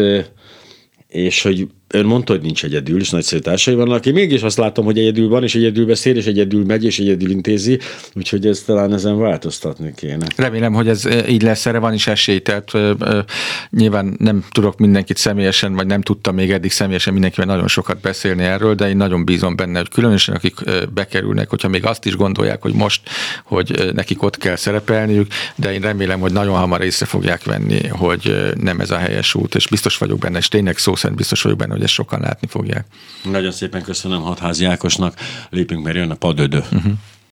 és hogy ön mondta, hogy nincs egyedül, és nagyszerű társai vannak, aki mégis azt látom, hogy egyedül van, és egyedül beszél, és egyedül megy, és egyedül intézi, úgyhogy ez talán ezen változtatni kéne. Remélem, hogy ez így lesz, erre van is esély, tehát ö, ö, nyilván nem tudok mindenkit személyesen, vagy nem tudtam még eddig személyesen mindenkivel nagyon sokat beszélni erről, de én nagyon bízom benne, hogy különösen akik bekerülnek, hogyha még azt is gondolják, hogy most, hogy nekik ott kell szerepelniük, de én remélem, hogy nagyon hamar észre fogják venni, hogy nem ez a helyes út, és biztos vagyok benne, és tényleg szó szerint biztos vagyok benne, hogy ezt sokan látni fogják. Nagyon szépen köszönöm Hatházi Ákosnak, lépünk, mert jön a padödő. Uh-huh.